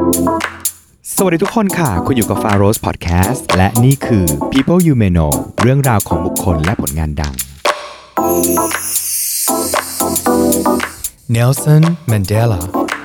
สวัสดีทุกคนค่ะคุณอยู่กับ Faros Podcast และนี่คือ People You May Know เรื่องราวของบุคคลและผลงานดัง Nelson Mandela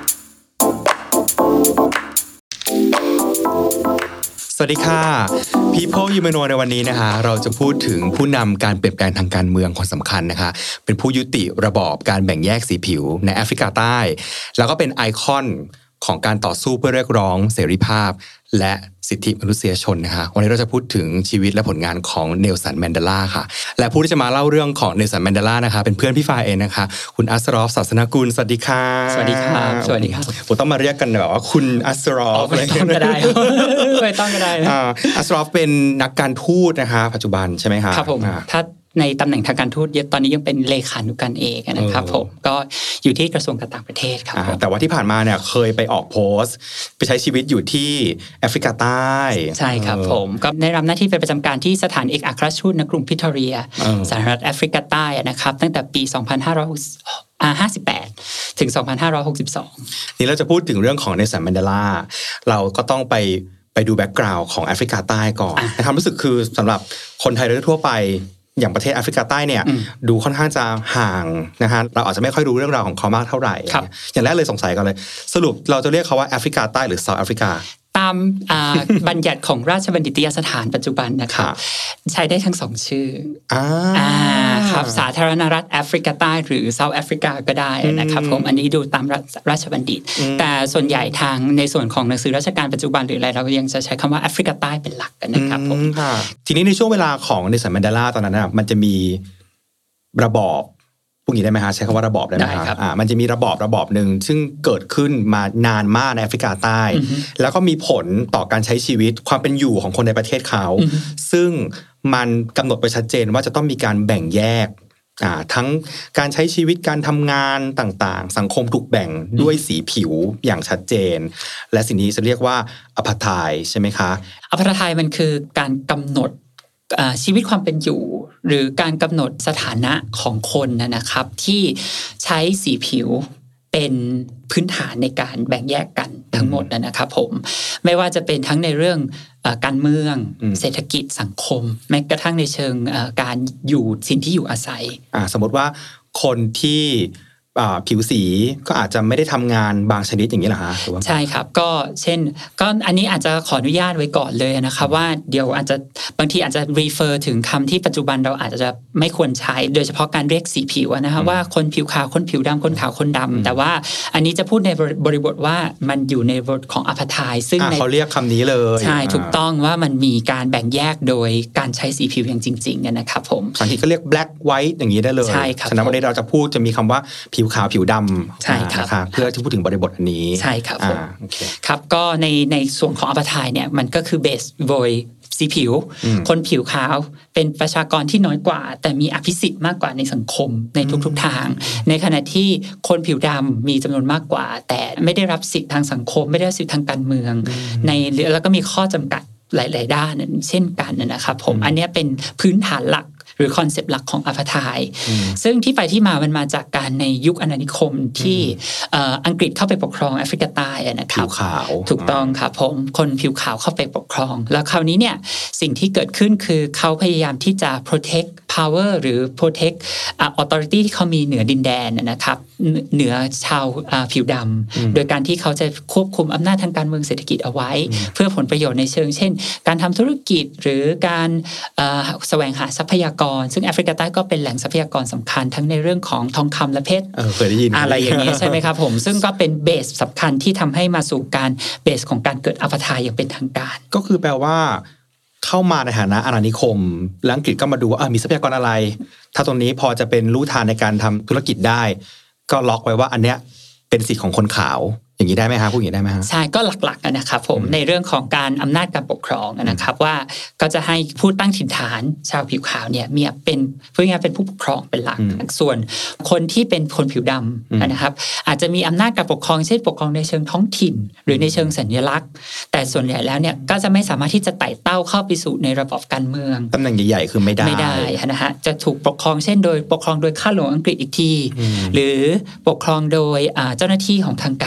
สวัสดีค่ะ People You May Know ในวันนี้นะคะเราจะพูดถึงผู้นำการเปลี่ยนแปลงทางการเมืองคนสำคัญนะคะเป็นผู้ยุติระบอบการแบ่งแยกสีผิวในแอฟริกาใต้แล้วก็เป็นไอคอนของการต่อสู้เพื่อเรียกร้องเสรีภาพและสิทธิมนุษยชนนะคะวันนี้เราจะพูดถึงชีวิตและผลงานของเนลสันแมนเดลาค่ะและผู้ที่จะมาเล่าเรื่องของเนลสันแมนเดลานะคะเป็นเพื่อนพี่ฟ้าเองนะคะคุณอัสรอฟศาสนกุลสวัสดีค่ะสวัสดีครับสวัสดีครับผมต้องมาเรียกกันแบบว่าคุณอัสรอฟไม่ต้องก็ได้ไม่ต้องก็ได้อัสรอฟเป็นนักการทูตนะคะปัจจุบันใช่ไหมคะครับผมถ้าในตำแหน่งทางการทูตตอนนี้ยังเป็นเลขานุการเอกนะครับผมก็อยู่ที่กระทรวงการต่างประเทศครับแต่ว่าที่ผ่านมาเนี่ยเคยไปออกโพสต์ไปใช้ชีวิตอยู่ที่แอฟริกาใต้ใช่ครับผมก็ได้รับหน้าที่เป็นประจำการที่สถานเอกอัครราชทูตณกรุงพิทอเรียสหรัฐแอฟริกาใต้นะครับตั้งแต่ปี2558ถึง2562 นี่เราจะพูดถึงเรื่องของเนลสันแมนเดลาเราก็ต้องไปดูแบ็คกราวด์ของแอฟริกาใต้ก่อนความรู้สึกคือสำหรับคนไทยโดยทั่วไปอย่างประเทศแอฟริกาใต้เนี่ยดูค่อนข้างจะห่างนะฮะเราอาจจะไม่ค่อยรู้เรื่องราวของเขามากเท่าไหร่อย่างแรกเลยสงสัยกันเลยสรุปเราจะเรียกเขาว่าแอฟริกาใต้หรือเซาท์แอฟริกาตามบัญญัติของราชบัณฑิตยสถานปัจจุบันนะครับใช้ได้ทั้งสองชื่อครับสาธารณรัฐแอฟริกาใต้หรือเซาท์แอฟริกาก็ได้นะครับผมอันนี้ดูตามราชบัณฑิตแต่ส่วนใหญ่ทางในส่วนของหนังสือราชการปัจจุบันหรืออะไรเรายังจะใช้คำว่าแอฟริกาใต้เป็นหลักกันนะครับผมทีนี้ในช่วงเวลาของเนลสันแมนเดลาตอนนั้นนะมันจะมีระบอบพวกนี้ได้ไหมฮะใช้คำว่าระบอบได้ไหมครับมันจะมีระบอบหนึ่งซึ่งเกิดขึ้นมานานมากในแอฟริกาใต้แล้วก็มีผลต่อการใช้ชีวิตความเป็นอยู่ของคนในประเทศเขาซึ่งมันกำหนดไปชัดเจนว่าจะต้องมีการแบ่งแยกทั้งการใช้ชีวิตการทำงานต่างๆสังคมถูกแบ่งด้วยสีผิวอย่างชัดเจนและสิ่งนี้จะเรียกว่าอพาร์ไทด์ใช่ไหมคะอพาร์ไทด์มันคือการกำหนดชีวิตความเป็นอยู่หรือการกำหนดสถานะของคนนะครับที่ใช้สีผิวเป็นพื้นฐานในการแบ่งแยกกันทั้งหมดนะครับผมไม่ว่าจะเป็นทั้งในเรื่องการเมืองเศรษฐกิจสังคมแม้กระทั่งในเชิงการอยู่สิ่งที่อยู่อาศัยสมมติว่าคนที่ผิวสีก็อาจจะไม่ได้ทำงานบางชนิดอย่างนี้เหรอฮะใช่ครับก็เช่นก็อันนี้อาจจะขออนุญาตไว้ก่อนเลยนะครับว่าเดี๋ยวอาจจะบางทีอาจจะ refer ถึงคำที่ปัจจุบันเราอาจจะไม่ควรใช้โดยเฉพาะการเรียกสีผิวนะครับว่าคนผิวขาวคนผิวดำคนขาวคนดำแต่ว่าอันนี้จะพูดในบริบทว่ามันอยู่ในบทของอพาร์ไทด์ซึ่งเขาเรียกคำนี้เลยใช่ถูกต้องว่ามันมีการแบ่งแยกโดยการใช้สีผิวอย่างจริงๆนะครับผมบางทีก็เรียก black white อย่างนี้ได้เลยใช่ครับฉะนั้นวันนี้เราจะพูดจะมีคำว่าผิวขาวผิวดำใช่ครับเพื่อที่พูดถึงบริบทอันนี้ใช่ครับครับก็ในส่วนของอพาร์ไทด์เนี่ยมันก็คือเบสโดยสีผิวคนผิวขาวเป็นประชากรที่น้อยกว่าแต่มีอภิสิทธิ์มากกว่าในสังคมในทุกๆทางในขณะที่คนผิวดำมีจำนวนมากกว่าแต่ไม่ได้รับสิทธิทางสังคมไม่ได้รับสิทธิทางการเมืองแล้วก็มีข้อจำกัดหลายๆด้านเช่นกันนะครับผมอันนี้เป็นพื้นฐานหลักหรือคอนเซปต์หลักของอพาร์ไทด์ซึ่งที่ไปที่มามันมาจากการในยุคอาณานิคมที่อังกฤษเข้าไปปกครองแอฟริกาใต้นะครับผิวขาวถูกต้องครับผมคนผิวขาวเข้าไปปกครองแล้วคราวนี้เนี่ยสิ่งที่เกิดขึ้นคือเขาพยายามที่จะ protect power หรือ protect authority ที่เขามีเหนือดินแดนนะครับเหนือชาวผิวดำโดยการที่เขาจะควบคุมอำนาจทางการเมืองเศรษฐกิจเอาไว้เพื่อผลประโยชน์ในเชิงเช่นการทำธุรกิจหรือการแสวงหาทรัพยากรซึ่งแอฟริกาใต้ก็เป็นแหล่งทรัพยากรสำคัญทั้งในเรื่องของทองคำและเพชรเคยได้ยินอะไรอย่างนี้ใช่ไหมครับผมซึ่งก็เป็นเบสสำคัญที่ทำให้มาสู่การเบสของการเกิดอพาร์ไทด์อย่างเป็นทางการก็คือแปลว่าเข้ามาในฐานะอาณานิคมแล้วอังกฤษก็มาดูว่ามีทรัพยากรอะไรถ้าตรงนี้พอจะเป็นลู่ทางในการทำธุรกิจได้ก็ล็อกไว้ว่าอันเนี้ยเป็นสิทธิ์ของคนขาวอย่างนี้ได้ไหมฮะพูดอย่างนี้ได้ไหมฮะใช่ก็หลักๆนะครับผมในเรื่องของการอำนาจการปกครองนะครับว่าก็จะให้ผู้ตั้งถิ่นฐานชาวผิวขาวเนี่ยมีเป็นพูดง่ายๆเป็นผู้ปกครองเป็นหลักส่วนคนที่เป็นคนผิวดำนะครับอาจจะมีอำนาจการปกครองเช่นปกครองในเชิงท้องถิ่นหรือในเชิงสัญลักษณ์แต่ส่วนใหญ่แล้วเนี่ยก็จะไม่สามารถที่จะไต่เต้าเข้าไปสู่ในระบบการเมืองตำแหน่งใหญ่ๆคือไม่ได้นะฮะจะถูกปกครองเช่นโดยปกครองโดยข้าหลวงอังกฤษอีกทีหรือปกครองโดยเจ้าหน้าที่ของทางการที่เป็น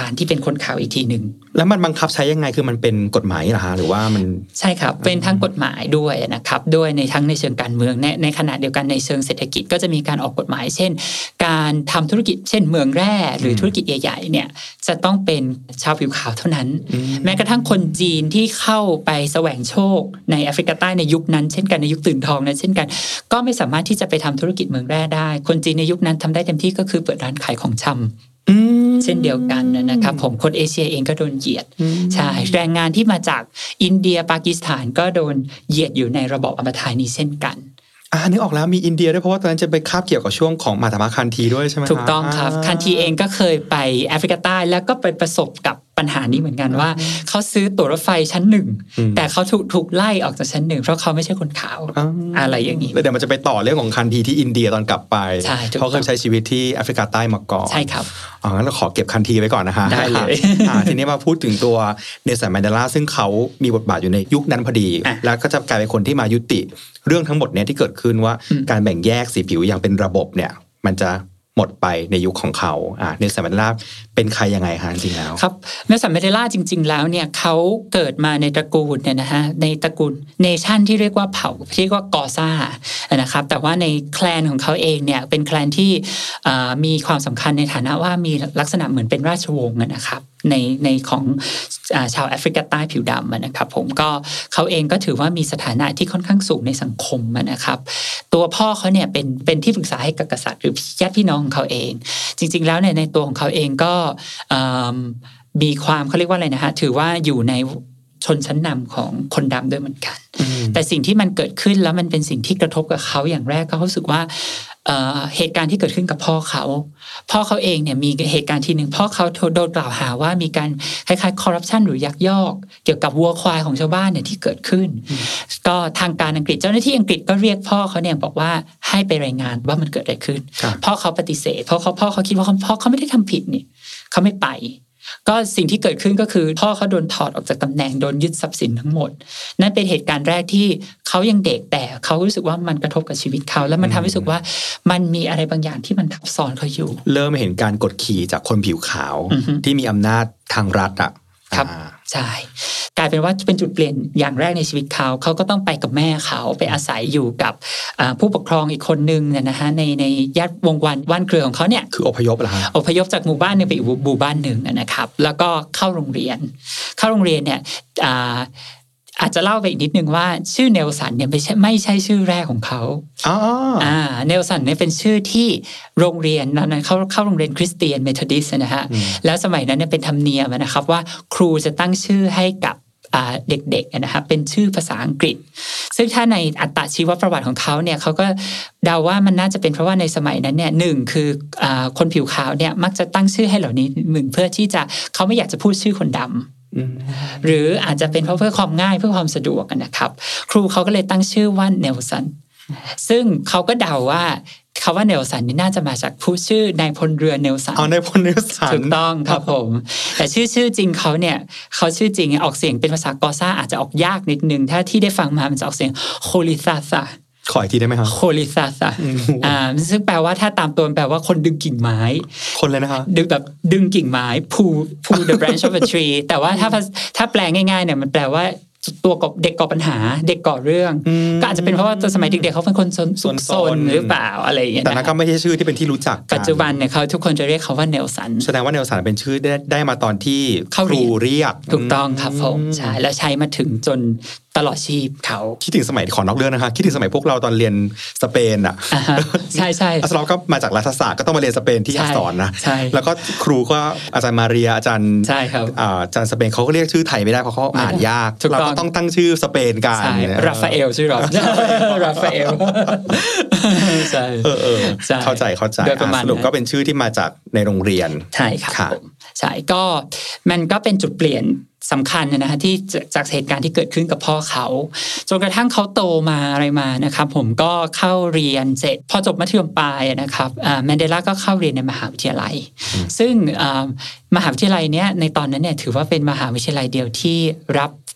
คนขาวอีกทีหนึ่งแล้วมันบังคับใช้ยังไงคือมันเป็นกฎหมายเหรอฮะหรือว่ามันใช่ครับเป็นทั้งกฎหมายด้วยนะครับด้วยในทั้งในเชิงการเมืองในขณะเดียวกันในเชิงเศรษฐกิจก็จะมีการออกกฎหมายเช่นการทำธุรกิจเช่นเมืองแร่หรือธุรกิจใหญ่ๆเนี่ยจะต้องเป็นชาวผิวขาวเท่านั้นแม้กระทั่งคนจีนที่เข้าไปแสวงโชคในแอฟริกาใต้ในยุคนั้นเช่นกันในยุคตื่นทองนั้นเช่นกันก็ไม่สามารถที่จะไปทำธุรกิจเมืองแร่ได้คนจีนในยุคนั้นทำได้เต็มที่ก็คือเปิดร้านขายของชำเช่นเดียวกันนะครับผมคนเอเชียเองก็โดนเหยียดใช่แรงงานที่มาจากอินเดียปากีสถานก็โดนเหยียดอยู่ในระบอบอัปไทยนี้เช่นกันนึกออกแล้วมีอินเดียด้วยเพราะว่าตอนนั้นจะไปคาบเกี่ยวกับช่วงของมาตามะคันธีด้วยใช่ไหมถูกต้องครับคันธีเองก็เคยไปแอฟริกาใต้แล้วก็ไปประสบกับปัญหานี้เหมือนกันว่าเขาซื้อตั๋วรถไฟชั้นหนึ่งแต่เขาถูกไล่ออกจากชั้นหนึ่งเพราะเขาไม่ใช่คนขาวอะไรอย่างนี้เดี๋ยวมันจะไปต่อเรื่องของคันธีที่อินเดียตอนกลับไปเขาเคยใช้ชีวิตที่แอฟริกาใต้มาก่อนใช่ครับงั้นเราขอเก็บคันธีไว้ก่อนนะฮะได้เลยทีนี้มาพูดถึงตัวเนลสันแมนเดลาซึ่งเขามีบทบาทอยู่ในยุคนั้นพอดีแล้วก็จะกลายเป็นคนที่มายุติเรื่องทั้งหมดเนี่ยที่เกิดขึ้นว่าการแบ่งแยกสีผิวอย่างเป็นระบบเนี่ยมันจะหมดไปในยุคของเขาเนลสันแมนเดลาเป็นใครยังไงคะจริงๆแล้วครับเนลสันแมนเดลาจริงๆแล้วเนี่ยเขาเกิดมาในตระกูลเนี่ยนะฮะในตระกูลเนชั่นที่เรียกว่าเผ่าที่เรียกว่ากอซ่านะครับแต่ว่าในแคลนของเขาเองเนี่ยเป็นแคลนที่มีความสำคัญในฐานะว่ามีลักษณะเหมือนเป็นราชวงศ์นะครับในของชาวแอฟริกาใต้ผิวดำนะครับผมก็เขาเองก็ถือว่ามีสถานะที่ค่อนข้างสูงในสังคมนะครับตัวพ่อเขาเนี่ยเป็นที่ปรึกษาให้กับกษัตริย์หรือญาติพี่น้องของเขาเองจริงๆแล้วในตัวของเขาเองก็มีความเขาเรียกว่าอะไรนะฮะถือว่าอยู่ในชนชั้นนำของคนดำด้วยเหมือนกันแต่สิ่งที่มันเกิดขึ้นแล้วมันเป็นสิ่งที่กระทบกับเขาอย่างแรกก็รู้สึกว่าเหตุการณ์ที่เกิดขึ้นกับพ่อเขาเองเนี่ยมีเหตุการณ์ที่หนึ่งพ่อเขาโดนกล่าวหาว่ามีการคล้ายๆคอร์รัปชันหรือยักยอกเกี่ยวกับวัวควายของชาวบ้านเนี่ยที่เกิดขึ้นก็ทางการอังกฤษเจ้าหน้าที่อังกฤษก็เรียกพ่อเขาเนี่ยบอกว่าให้ไปรายงานว่ามันเกิดอะไรขึ้นพ่อเขาปฏิเสธเพราะพ่อเขาคิดว่าพ่อเขาไม่ได้ทำผิดนี่เขาไม่ไปก็สิ่งที่เกิดขึ้นก็คือพ่อเขาโดนถอดออกจากตำแหน่งโดนยึดทรัพย์สินทั้งหมดนั่นเป็นเหตุการณ์แรกที่เขายังเด็กแต่เขารู้สึกว่ามันกระทบกับชีวิตเขาแล้วมันทำให้รู้สึกว่ามันมีอะไรบางอย่างที่มันทับซ้อนเขาอยู่เริ่มเห็นการกดขี่จากคนผิวขาวที่มีอำนาจทางรัฐครับใช่กลายเป็นว่าเป็นจุดเปลี่ยนอย่างแรกในชีวิตเขาก็ต้องไปกับแม่เขาไปอาศัยอยู่กับผู้ปกครองอีกคนนึงนะฮะในญาติวงวันเครือของเขาเนี่ยคืออพยพเหรอฮะอพยพจากหมู่บ้านนึงไปอีกหมู่บ้านนึงนะครับแล้วก็เข้าโรงเรียนเนี่ยอาจจะเล่าไปอีกนิดนึงว่าชื่อเนลสันเนี่ยไม่ใช่ชื่อแรกของเขาเนลสันเนี่ยเป็นชื่อที่โรงเรียนนั้นเข้าโรงเรียนคริสเตียนเมทอดิสต์นะฮะแล้วสมัยนั้นเนี่ยเป็นธรรมเนียมนะครับว่าครูจะตั้งชื่อให้กับเด็กๆนะครับเป็นชื่อภาษาอังกฤษซึ่งถ้าในอัตชีวประวัติของเขาเนี่ยเขาก็เดาว่ามันน่าจะเป็นเพราะว่าในสมัยนั้นเนี่ยหนึ่งคือคนผิวขาวเนี่ยมักจะตั้งชื่อให้เหล่านี้หนึ่งเพื่อที่จะเขาไม่อยากจะพูดชื่อคนดำหรืออาจจะเป็นเพราะเพื่อความง่ายเพื่อความสะดวกนะครับครูเขาก็เลยตั้งชื่อว่าเนลสันซึ่งเขาก็เดาว่าคำว่าเนลสันนี่น่าจะมาจากผู้ชื่อนายพลเรือเนลสันนายพลเนลสันถูกต้องครับผมแต่ชื่อจริงเขาเนี่ยเขาชื่อจริงออกเสียงเป็นภาษากอซ่าอาจจะออกยากนิดนึงถ้าที่ได้ฟังมามันจะออกเสียงโคลิซาซาขออีกทีได้ไหมครับโคลิซาซาซึ่งแปลว่าถ้าตามตัวแปลว่าคนดึงกิ่งไม้คนเลยนะคะดึงกิ่งไม้ pull the branch of a tree แต่ว่าถ้าแปลง่ายๆเนี่ยมันแปลว่าตัวเด็กก่อปัญหาเด็กก่อเรื่องก็อาจจะเป็นเพราะว่าสมัยเด็กๆเขาเป็นคนซนหรือเปล่าอะไรอย่างเงี้ยแต่นั่นก็ไม่ใช่ชื่อที่เป็นที่รู้จักปัจจุบันเนี่ยเขาทุกคนจะเรียกเขาว่าเนลสันแสดงว่าเนลสันเป็นชื่อได้มาตอนที่ครูเรียกถูกต้องครับผมใช่แล้วใช้มาถึงจนตลอดชีพเขาคิดถึงสมัยขอนอกเรื่องนะคะคิดถึงสมัยพวกเราตอนเรียนสเปนใช่ใช่อัสลอมก็มาจากรัฐศาสตร์ก็ต้องมาเรียนสเปนที่อักษรนะแล้วก็ครูก็อาจารย์มาเรียอาจารย์ใช่ครับอาจารย์สเปนเขาก็เรียกชื่อไทยไม่ได้เพราะเขาอ่านยากเราก็ต้องตั้งชื่อสเปนกันราฟาเอลชื่อราฟาเอลใช่เข้าใจสรุปก็เป็นชื่อที่มาจากในโรงเรียนใช่ครับใช่ก็มันก็เป็นจุดเปลี่ยนสำคัญนะฮะที่จากเหตุการณ์ที่เกิดขึ้นกับพ่อเขาจนกระทั่งเขาโตมาอะไรมานะครับผมก็เข้าเรียนเสร็จพอจบมัธยมปลายนะครับแมนเดลาก็เข้าเรียนในมหาวิทยาลัยซึ่งมหาวิทยาลัยเนี้ยในตอนนั้นเนี่ยถือว่าเป็นมหาวิทยาลัยเดียวที่รับ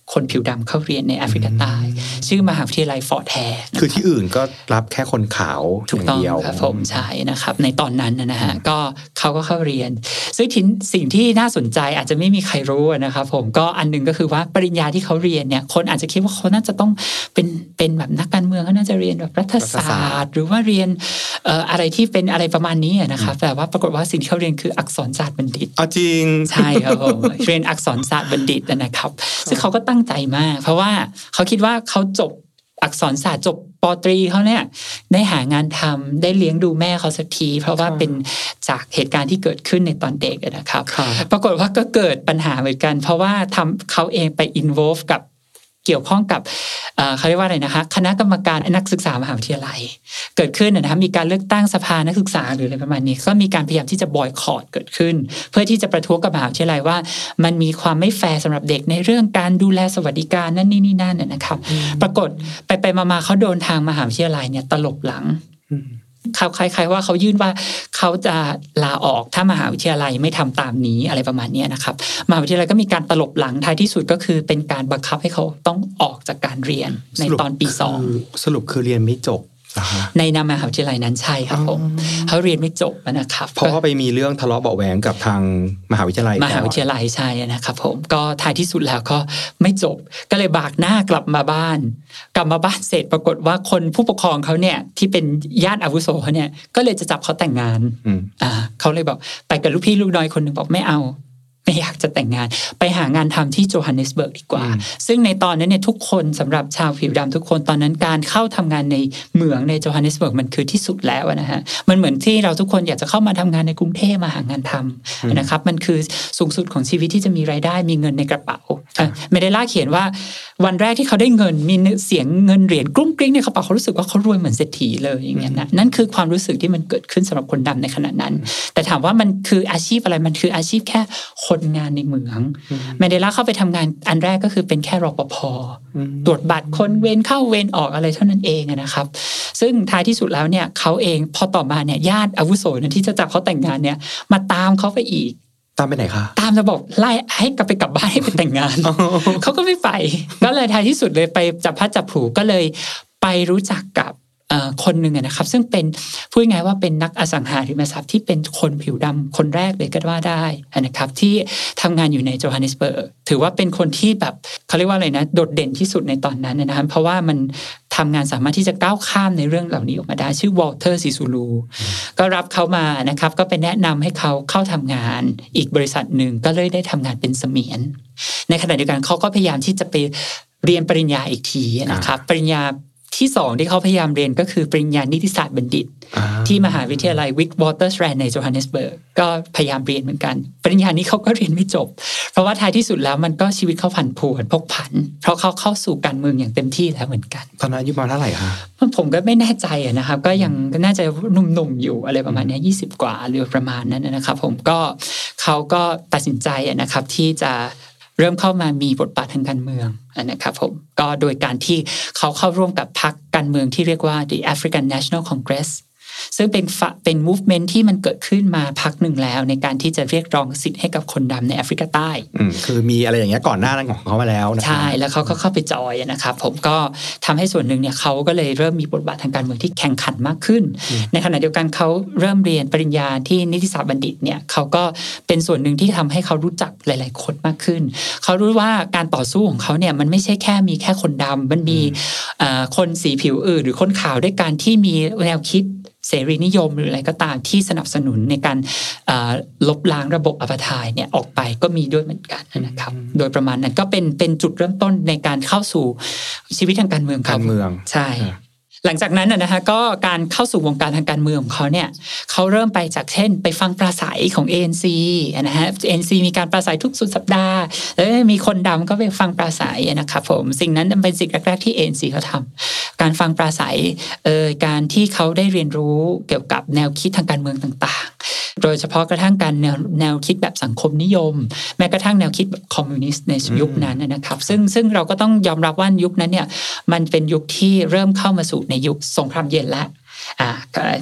คนผิวดำเข้าเรียนในแอฟริกาใต้ชื่อมหาวิทยาลัยฟอร์ดแฮร์คือที่อื่นก็รับแค่คนขาวอย่างเดียวครับผมใช่นะครับในตอนนั้นนะฮะก็เขาก็เข้าเรียนซึ่งสิ่งที่น่าสนใจอาจจะไม่มีใครรู้นะครับผมก็อันนึงก็คือว่าปริญญาที่เขาเรียนเนี่ยคนอาจจะคิดว่าเขาน่าจะต้องเป็นแบบนักการเมืองเขาน่าจะเรียนแบบรัฐศาสตร์หรือว่าเรียนอะไรที่เป็นอะไรประมาณนี้นะครับแต่ว่าปรากฏว่าสิ่งที่เขาเรียนคืออักษรศาสตร์บัณฑิตจริงใช่ครับผมเรียนอักษรศาสตร์บัณฑิตนะครับซึ่งเขาก็ตั้งใจมากเพราะว่าเขาคิดว่าเขาจบอักษรศาสตร์จบป.ตรีเขาเนี่ยได้หางานทำได้เลี้ยงดูแม่เขาสักทีเพราะว่าเป็นจากเหตุการณ์ที่เกิดขึ้นในตอนเด็กนะครับปรากฏว่าก็เกิดปัญหาเหมือนกันเพราะว่าเขาเองไป involve กับเกี่ยวข้องกับเขาเรียกว่าอะไรนะคะคณะกรรมการนักศึกษามหาวิทยาลัยเกิดขึ้นนะคะมีการเลือกตั้งสภานักศึกษาหรืออะไรประมาณนี้ก็มีการพยายามที่จะบอยคอตเกิดขึ้นเพื่อที่จะประท้วงกับมหาวิทยาลัยว่ามันมีความไม่แฟร์สำหรับเด็กในเรื่องการดูแลสวัสดิการนั่นนี่นั่นนะครับปรากฏไปมาเขาโดนทางมหาวิทยาลัยเนี่ยตลบหลังเขาคล้ายๆว่าเขายื่นว่าเขาจะลาออกถ้ามหาวิทยาลัยไม่ทำตามนี้อะไรประมาณนี้นะครับมหาวิทยาลัยก็มีการตลบหลังท้ายที่สุดก็คือเป็นการบังคับให้เขาต้องออกจากการเรียนในตอนปี2 สรุปคือเรียนไม่จบในมหาวิทยาลัยนั้นใช่ครับผมเขาเรียนไม่จบนะครับเพราะว่าไปมีเรื่องทะเลาะเบาะแหวงกับทางมหาวิทยาลัยใช่นะครับผมก็ท้ายที่สุดแล้วก็ไม่จบก็เลยบากหน้ากลับมาบ้านเสร็จปรากฏว่าคนผู้ปกครองเขาเนี่ยที่เป็นญาติอาวุโสเขาเนี่ยก็เลยจะจับเขาแต่งงานเขาเลยบอกไปกับลูกพี่ลูกน้อยคนหนึ่งบอกไม่เอาไม่อยากจะแต่งงานไปหางานทำที่โจฮันเนสเบิร์กดีกว่าซึ่งในตอนนั้นเนี่ยทุกคนสำหรับชาวผิวดำทุกคนตอนนั้นการเข้าทำงานในเหมืองในโจฮันเนสเบิร์กมันคือที่สุดแล้วนะฮะมันเหมือนที่เราทุกคนอยากจะเข้ามาทำงานในกรุงเทพมาหางานทำนะครับมันคือสูงสุดของชีวิตที่จะมีรายได้มีเงินในกระเป๋าเมเดล่าเขียนว่าวันแรกที่เขาได้เงินมีเสียงเงินเหรียญกรุ้งกริ้งในกระเป๋าเขารู้สึกว่าเขารวยเหมือนเศรษฐีเลยอย่างเงี้ยนะนั่นคือความรู้สึกที่มันเกิดขึ้นสำหรับคนดำในขณะนั้นแต่ถามว่ามันคืออาชีพอะไรมันคืออาชีพแค่คนงานในเมืองเมเดล่าเข้าไปทำงานอันแรกก็คือเป็นแค่รปภ.ตรวจบัตรคนเวรเข้าเวรออกอะไรเท่านั้นเองนะครับซึ่งท้ายที่สุดแล้วเนี่ยเขาเองพอต่อมาเนี่ยญาติอาวุโสที่จะจับเขาแต่งงานเนี่ยมาตามเขาไปอีกตามไปไหนคะตามจะบอกไล่ให้กลับบ้านให้ไปแต่งงาน เขาก็ไม่ไปก็เลยท้ายที่สุดเลยไปจับพัดจับผูก็เลยไปรู้จักกับคนหนึ่งนะครับซึ่งเป็นพูดง่ายว่าเป็นนักอสังหาริมทรัพย์ที่เป็นคนผิวดำคนแรกเลยก็ว่าได้นะครับที่ทำงานอยู่ในโจฮันเนสเบิร์กถือว่าเป็นคนที่แบบเขาเรียกว่าอะไรนะโดดเด่นที่สุดในตอนนั้นนะครับเพราะว่ามันทำงานสามารถที่จะก้าวข้ามในเรื่องเหล่านี้ออกมาได้ชื่อวอลเตอร์ซิซูลูก็รับเขามานะครับก็เป็นแนะนำให้เขาเข้าทำงานอีกบริษัทหนึ่งก็เลยได้ทำงานเป็นเสมียนในขณะเดียวกันเขาก็พยายามที่จะไปเรียนปริญญาอีกทีนะครับปริญญาที่2ที่เขาพยายามเรียนก็คือปริญญานิติศาสตร์บัณฑิตที่มหาวิทยาลัยวิกวอเตอร์สแตรนด์ในโจฮันเนสเบิร์กก็พยายามเรียนเหมือนกันปริญญานี้เขาก็เรียนไม่จบเพราะว่าท้ายที่สุดแล้วมันก็ชีวิตเขาผันผวนพกผันเพราะเขาเข้าสู่การเมืองอย่างเต็มที่แล้วเหมือนกันตอนนั้นอายุประมาณเท่าไหร่คะผมก็ไม่แน่ใจนะครับก็ยังน่าจะหนุ่มๆอยู่อะไรประมาณนี้20กว่าหรือประมาณนั้นนะครับผมก็เขาก็ตัดสินใจนะครับที่จะเริ่มเข้ามามีบทบาททางการเมืองนะครับผมก็โดยการที่เขาเข้าร่วมกับพรรคการเมืองที่เรียกว่า The African National Congress ซึ่งเป็น movement ที่มันเกิดขึ้นมาพักหนึ่งแล้วในการที่จะเรียกร้องสิทธิ์ให้กับคนดำในแอฟริกาใต้คือมีอะไรอย่างเงี้ยก่อนหน้านั้นของเขามาแล้วนะใช่แล้วเขาก็เข้าไปจอยนะครับผมก็ทำให้ส่วนหนึ่งเนี่ยเขาก็เลยเริ่มมีบทบาททางการเมืองที่แข่งขันมากขึ้นในขณะเดียวกันเขาเริ่มเรียนปริญญาที่นิติศาสตร์บัณฑิตเนี่ยเขาก็เป็นส่วนหนึ่งที่ทำให้เขารู้จักหลายๆคนมากขึ้นเขารู้ว่าการต่อสู้ของเขาเนี่ยมันไม่ใช่แค่มีแค่คนดำมันมีคนสีผิวอื่นหรือคนขาวด้วยการที่มีแนวคิดเสรีนิยมหรืออะไรก็ตามที่สนับสนุนในการลบล้างระบบอัปไทยเนี่ยออกไปก็มีด้วยเหมือนกันนะครับโดยประมาณนั้นก็เป็นจุดเริ่มต้นในการเข้าสู่ชีวิตทางการเมืองใช่หลังจากนั้นนะฮะก็การเข้าสู่วงการทางการเมืองของเขาเนี่ยเขาเริ่มไปจากเช่นไปฟังปราศัยของ ANC นะฮะ ANC มีการปราศัยทุกสุดสัปดาห์แล้วมีคนดำก็ไปฟังปราศัยนะครับผมสิ่งนั้นเป็นสิ่งแรกๆที่ ANC เขาทำการฟังปราศัยการที่เขาได้เรียนรู้เกี่ยวกับแนวคิดทางการเมืองต่างๆโดยเฉพาะกระทั่งการแนวคิดแบบสังคมนิยมแม้กระทั่งแนวคิดแบบคอมมิวนิสต์ในยุคนั้นนะครับซึ่งเราก็ต้องยอมรับว่ายุคนั้นเนี่ยมันเป็นยุคที่เริ่มเข้ามาสู่ในยุคสงครามเย็นแล้วพ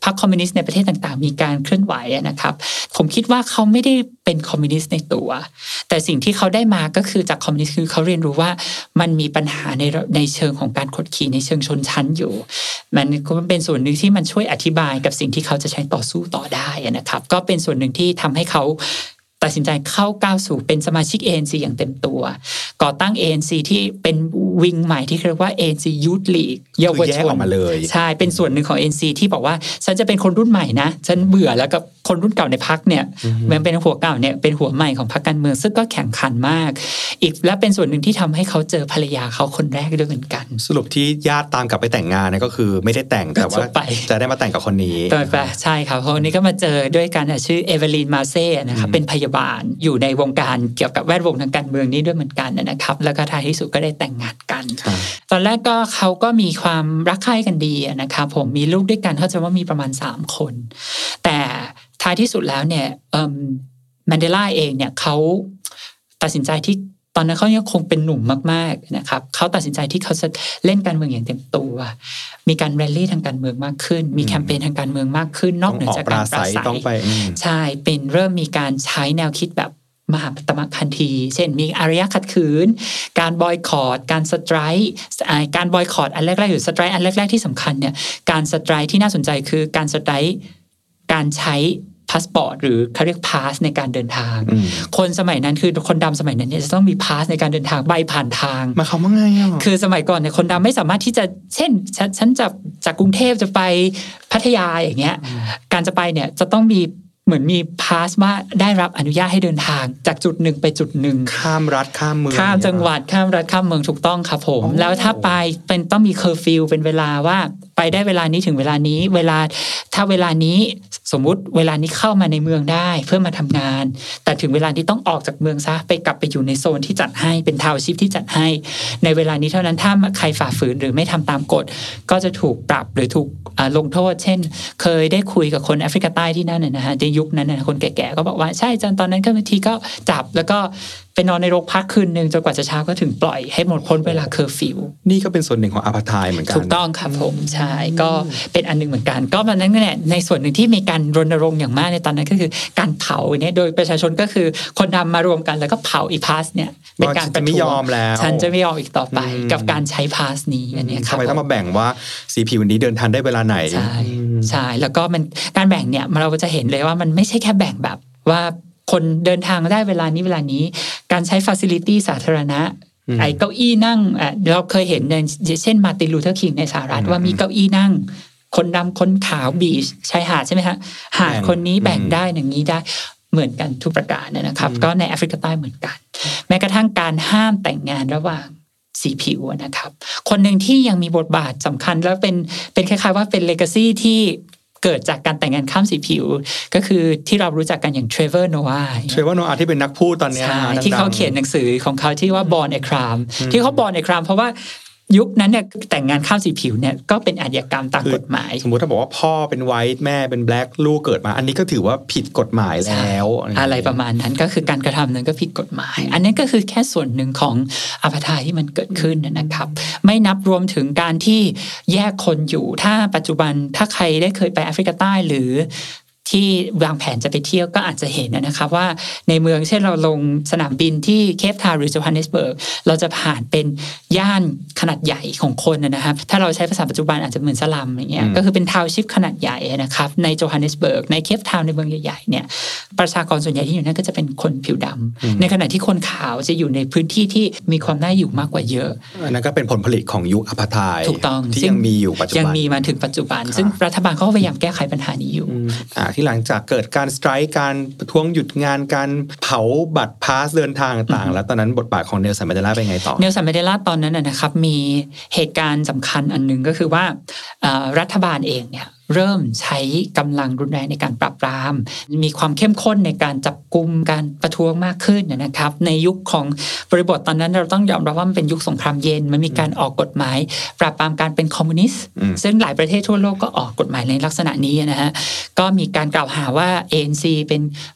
พรรคคอมมิวนิสต์ในประเทศต่างๆมีการเคลื่อนไหวนะครับผมคิดว่าเขาไม่ได้เป็นคอมมิวนิสต์ในตัวแต่สิ่งที่เขาได้มาก็คือจากคอมมิวนิสต์คือเขาเรียนรู้ว่ามันมีปัญหาในเชิงของการกดขี่ในเชิงชนชั้นอยู่มันก็เป็นส่วนหนึ่งที่มันช่วยอธิบายกับสิ่งที่เขาจะใช้ต่อสู้ต่อได้นะครับก็เป็นส่วนหนึ่งที่ทำให้เขาตัดสินใจเข้าก้าวสู่เป็นสมาชิก ANC อย่างเต็มตัวก่อตั้ง ANC ที่เป็นวิงใหม่ที่เรียกว่า ANC Youth League เยาวชนใช่เป็นส่วนหนึ่งของ ANC ที่บอกว่าฉันจะเป็นคนรุ่นใหม่นะฉันเบื่อแล้วกับคนรุ่นเก่าในพรรคเนี่ยมันเป็นหัวเก่าเนี่ยเป็นหัวใหม่ของพรรคการเมืองซึ่งก็แข่งขันมากอีกและเป็นส่วนหนึ่งที่ทำให้เขาเจอภรรยาเขาคนแรกด้วยเหมือนกันสรุปที่ญาติตามกลับไปแต่งงานเนี่ยก็คือไม่ได้แต่งแต่ว่าจะได้มาแต่งกับคนนี้ใช่ครับคนนี้ก็มาเจอด้วยกันชื่อเอเวลีนมาเซ่นะครับเป็นพยาบาลอยู่ในวงการเกี่ยวกับแวดวงทางการเมืองนี้ด้วยเหมือนกันนะครับแล้วก็ท้ายที่สุดก็ได้แต่งงานกันตอนแรกก็เขาก็มีความรักใคร่กันดีนะครับผมมีลูกด้วยกันเขาจะว่ามีประมาณ3คนแต่ท้ายที่สุดแล้วเนี่ยแมนเดลาเองเนี่ยเขาตัดสินใจที่ตอนนั้นเขายังคงเป็นหนุ่มมากๆนะครับเขาตัดสินใจที่เขาจะเล่นการเมืองอย่างเต็มตัวมีการแรลลี่ทางการเมืองมากขึ้นมีแคมเปญทางการเมืองมากขึ้นนอกเหนือจากการปราศัยใช่เป็นเริ่มมีการใช้แนวคิดแบบมหาปฐมคันธีเช่นมีอารยะขัดขืนการบอยคอตการสไตรค์การบอยคอตอันแรกๆหรือสไตรค์อันแรกๆที่สำคัญเนี่ยการสไตรค์ที่น่าสนใจคือการสไตรค์การใช้พาสปอร์ตหรือเขาเรียกพาสในการเดินทางคนสมัยนั้นคือคนดำสมัยนั้นเนี่ยจะต้องมีพาสในการเดินทางใบผ่านทางมาเขาว่าไงอ่ะคือสมัยก่อนเนี่ยคนดำไม่สามารถที่จะเช่นฉันจากกรุงเทพจะไปพัทยาอย่างเงี้ยการจะไปเนี่ยจะต้องมีเหมือนมีพาสว่าได้รับอนุญาตให้เดินทางจากจุดหนึ่งไปจุดหนึ่งข้ามรัฐข้ามเมืองข้ามจังหวัดข้ามรัฐข้ามเมืองถูกต้องครับผมแล้วถ้าไปเป็นต้องมีเคอร์ฟิวเป็นเวลาว่าไปได้เวลานี้ถึงเวลานี้ถ้าเวลานี้สมมุติเวลานี้เข้ามาในเมืองได้เพื่อมาทำงานแต่ถึงเวลาที่ต้องออกจากเมืองซะไปกลับไปอยู่ในโซนที่จัดให้เป็นทาวน์ชิพที่จัดให้ในเวลานี้เท่านั้นถ้าใครฝ่าฝืนหรือไม่ทำตามกฎก็จะถูกปรับหรือถูกลงโทษเช่นเคยได้คุยกับคนแอฟริกาใต้ที่นั่นนะฮะในยุคนั้นนะคนแก่ๆก็บอกว่าใช่จันตอนนั้นก็บางทีก็จับแล้วก็ไปนอนในโรงพักคืนนึงจนกว่าจะเช้าก็ถึงปล่อยให้หมดพ้นเวลาเคอร์ฟิวนี่ก็เป็นส่วนหนึ่งของอาพาร์ไทด์เหมือนกันถูกต้องครับผมใช่ก็เป็นอันนึงเหมือนกันก็วันนั้นเนี่ยในส่วนหนึ่งที่มีการรณรงค์อย่างมากในตอนนั้นก็คือการเผาเนี่ยโดยประชาชนก็คือคนดำมารวมกันแล้วก็เผาอีพาสเนี่ยเป็นการประท้วงไม่ยอมแล้วฉันจะไม่ยอมอีกต่อไปกับการใช้พาสนี้อันนี้ครับทำไมต้องมาแบ่งว่าสีผิวนี้เดินทางได้เวลาไหนใช่แล้วก็มันการแบ่งเนี่ยเราจะเห็นเลยว่ามันไม่ใช่แค่แบ่งแบบว่าคนเดินทางได้เวลานี้การใช้ฟาซิลิตี้สาธารณะไอ้เก้าอี้นั่งเราเคยเห็นเช่นมาร์ตินลูเทอร์คิงในสหรัฐว่ามีเก้าอี้นั่งคนดำคนขาวบีชชายหาดใช่ไหมฮะหาดคนนี้แบ่งได้อย่างนี้ได้เหมือนกันทุกประการนะครับก็ในแอฟริกาใต้เหมือนกันแม้กระทั่งการห้ามแต่งงานระหว่างสีผิวนะครับคนหนึ่งที่ยังมีบทบาทสำคัญแล้วเป็นคล้ายๆว่าเป็นเลกาซีที่เกิดจากการแต่งงานข้ามสีผิวก็คือที่เรารู้จักกันอย่างเทรเวอร์โนอาที่เป็นนักพูดตอนนี้ที่เขาเขียนหนังสือของเขาที่ว่า Born a Crime ที่เขา Born a Crime เพราะว่ายุคนั้นเนี่ยแต่งงานข้ามสีผิวเนี่ยก็เป็นอาชญากรรมตามกฎหมายสมมุติถ้าบอกว่าพ่อเป็นไวท์แม่เป็นแบล็คลูกเกิดมาอันนี้ก็ถือว่าผิดกฎหมายแล้วอะไรประมาณนั้นก็คือการกระทำนั้นก็ผิดกฎหมายอันนี้ก็คือแค่ส่วนหนึ่งของอาพาร์ไทด์ที่มันเกิดขึ้นนะครับไม่นับรวมถึงการที่แยกคนอยู่ถ้าปัจจุบันถ้าใครได้เคยไปแอฟริกาใต้หรือที่วางแผนจะไปเที่ยวก็อาจจะเห็นนะครับว่าในเมืองเช่นเราลงสนามบินที่เคปทาวน์หรือโจฮันเนสเบิร์กเราจะผ่านเป็นย่านขนาดใหญ่ของคนนะครับถ้าเราใช้ภาษาปัจจุบันอาจจะเหมือนสลัมอย่างเงี้ยก็คือเป็นทาวน์ชิพขนาดใหญ่นะครับในโจฮันเนสเบิร์กในเคปทาวน์ในเมืองใหญ่ๆเนี่ยประชากรส่วนใหญ่ที่อยู่นั่นก็จะเป็นคนผิวดำในขณะที่คนขาวจะอยู่ในพื้นที่ที่มีความน่าอยู่มากกว่าเยอะนั่นก็เป็นผลผลิตของยุคอาพาร์ไทด์ถูกต้องที่ยังมีอยู่ปัจจุบันยังมีมาถึงปัจจุบันซึ่งรัฐบาลเขาพยายามแก้ไขปัญหานี้อยู่ที่หลังจากเกิดการสไตรค์การประท้วงหยุดงานการเผาบัตรพาสเดินทางต่างๆแล้วตอนนั้นบทบาทของเนลสัน แมนเดลาเป็นไงต่อเนลสัน แมนเดลาตอนนั้นนะครับมีเหตุการณ์สำคัญอันนึงก็คือว่ารัฐบาลเองเนี่ยเริ่มใช้กำลังรุนแรงในการปราบปรามมีความเข้มข้นในการจับกุมการประท้วงมากขึ้นนะครับในยุคของบริบทตอนนั้นเราต้องยอมรับว่ามันเป็นยุคสงครามเย็นมันมีการออกกฎหมายปราบปรามการเป็นคอมมิวนิสต์ซึ่งหลายประเทศทั่วโลกก็ออกกฎหมายในลักษณะนี้นะฮะก็มีการกล่าวหาว่า ANC เป็น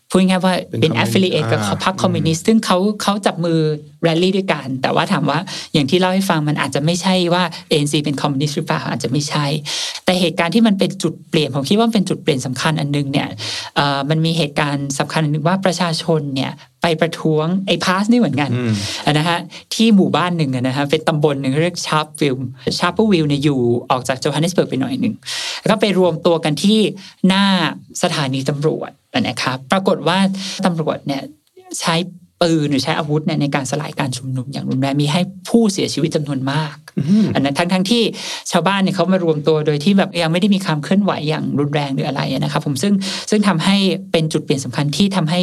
พูดง่ายๆว่าเป็น affiliate กับพรรคคอมมิวนิสต์ซึ่งเขาจับมือแรลลี่ด้วยกันแต่ว่าถามว่าอย่างที่เล่าให้ฟังมันอาจจะไม่ใช่ว่า ANC เป็นคอมมิวนิสต์หรือเปล่าอาจจะไม่ใช่แต่เหตุการณ์ที่มันเป็นจุดเปลี่ยนผมคิดว่าเป็นจุดเปลี่ยนสำคัญอันนึงเนี่ยมันมีเหตุการณ์สำคัญอันนึงว่าประชาชนเนี่ยไปประท้วงไอ้พาสนี่เหมือนกันนะฮะที่หมู่บ้านหนึ่งนะฮะเป็นตำบลหนึ่งเรียกชาร์ปวิลเนี่ยอยู่ออกจากโจฮันเนสเบิร์กไปหน่อยหนึ่งแล้วก็ไปรวมตัวกันที่หน้าสถานีตำรวจนะครับปรากฏว่าตำรวจเนี่ยใช้ปืนหรือใช้อาวุธในการสลายการชุมนุมอย่างรุนแรงมีให้ผู้เสียชีวิตจำนวนมากอันนั้นทั้งที่ชาวบ้านเนี่ยเขามารวมตัวโดยที่แบบยังไม่ได้มีความเคลื่อนไหวอย่างรุนแรงหรืออะไรนะครับผมซึ่งทำให้เป็นจุดเปลี่ยนสำคัญที่ทำให้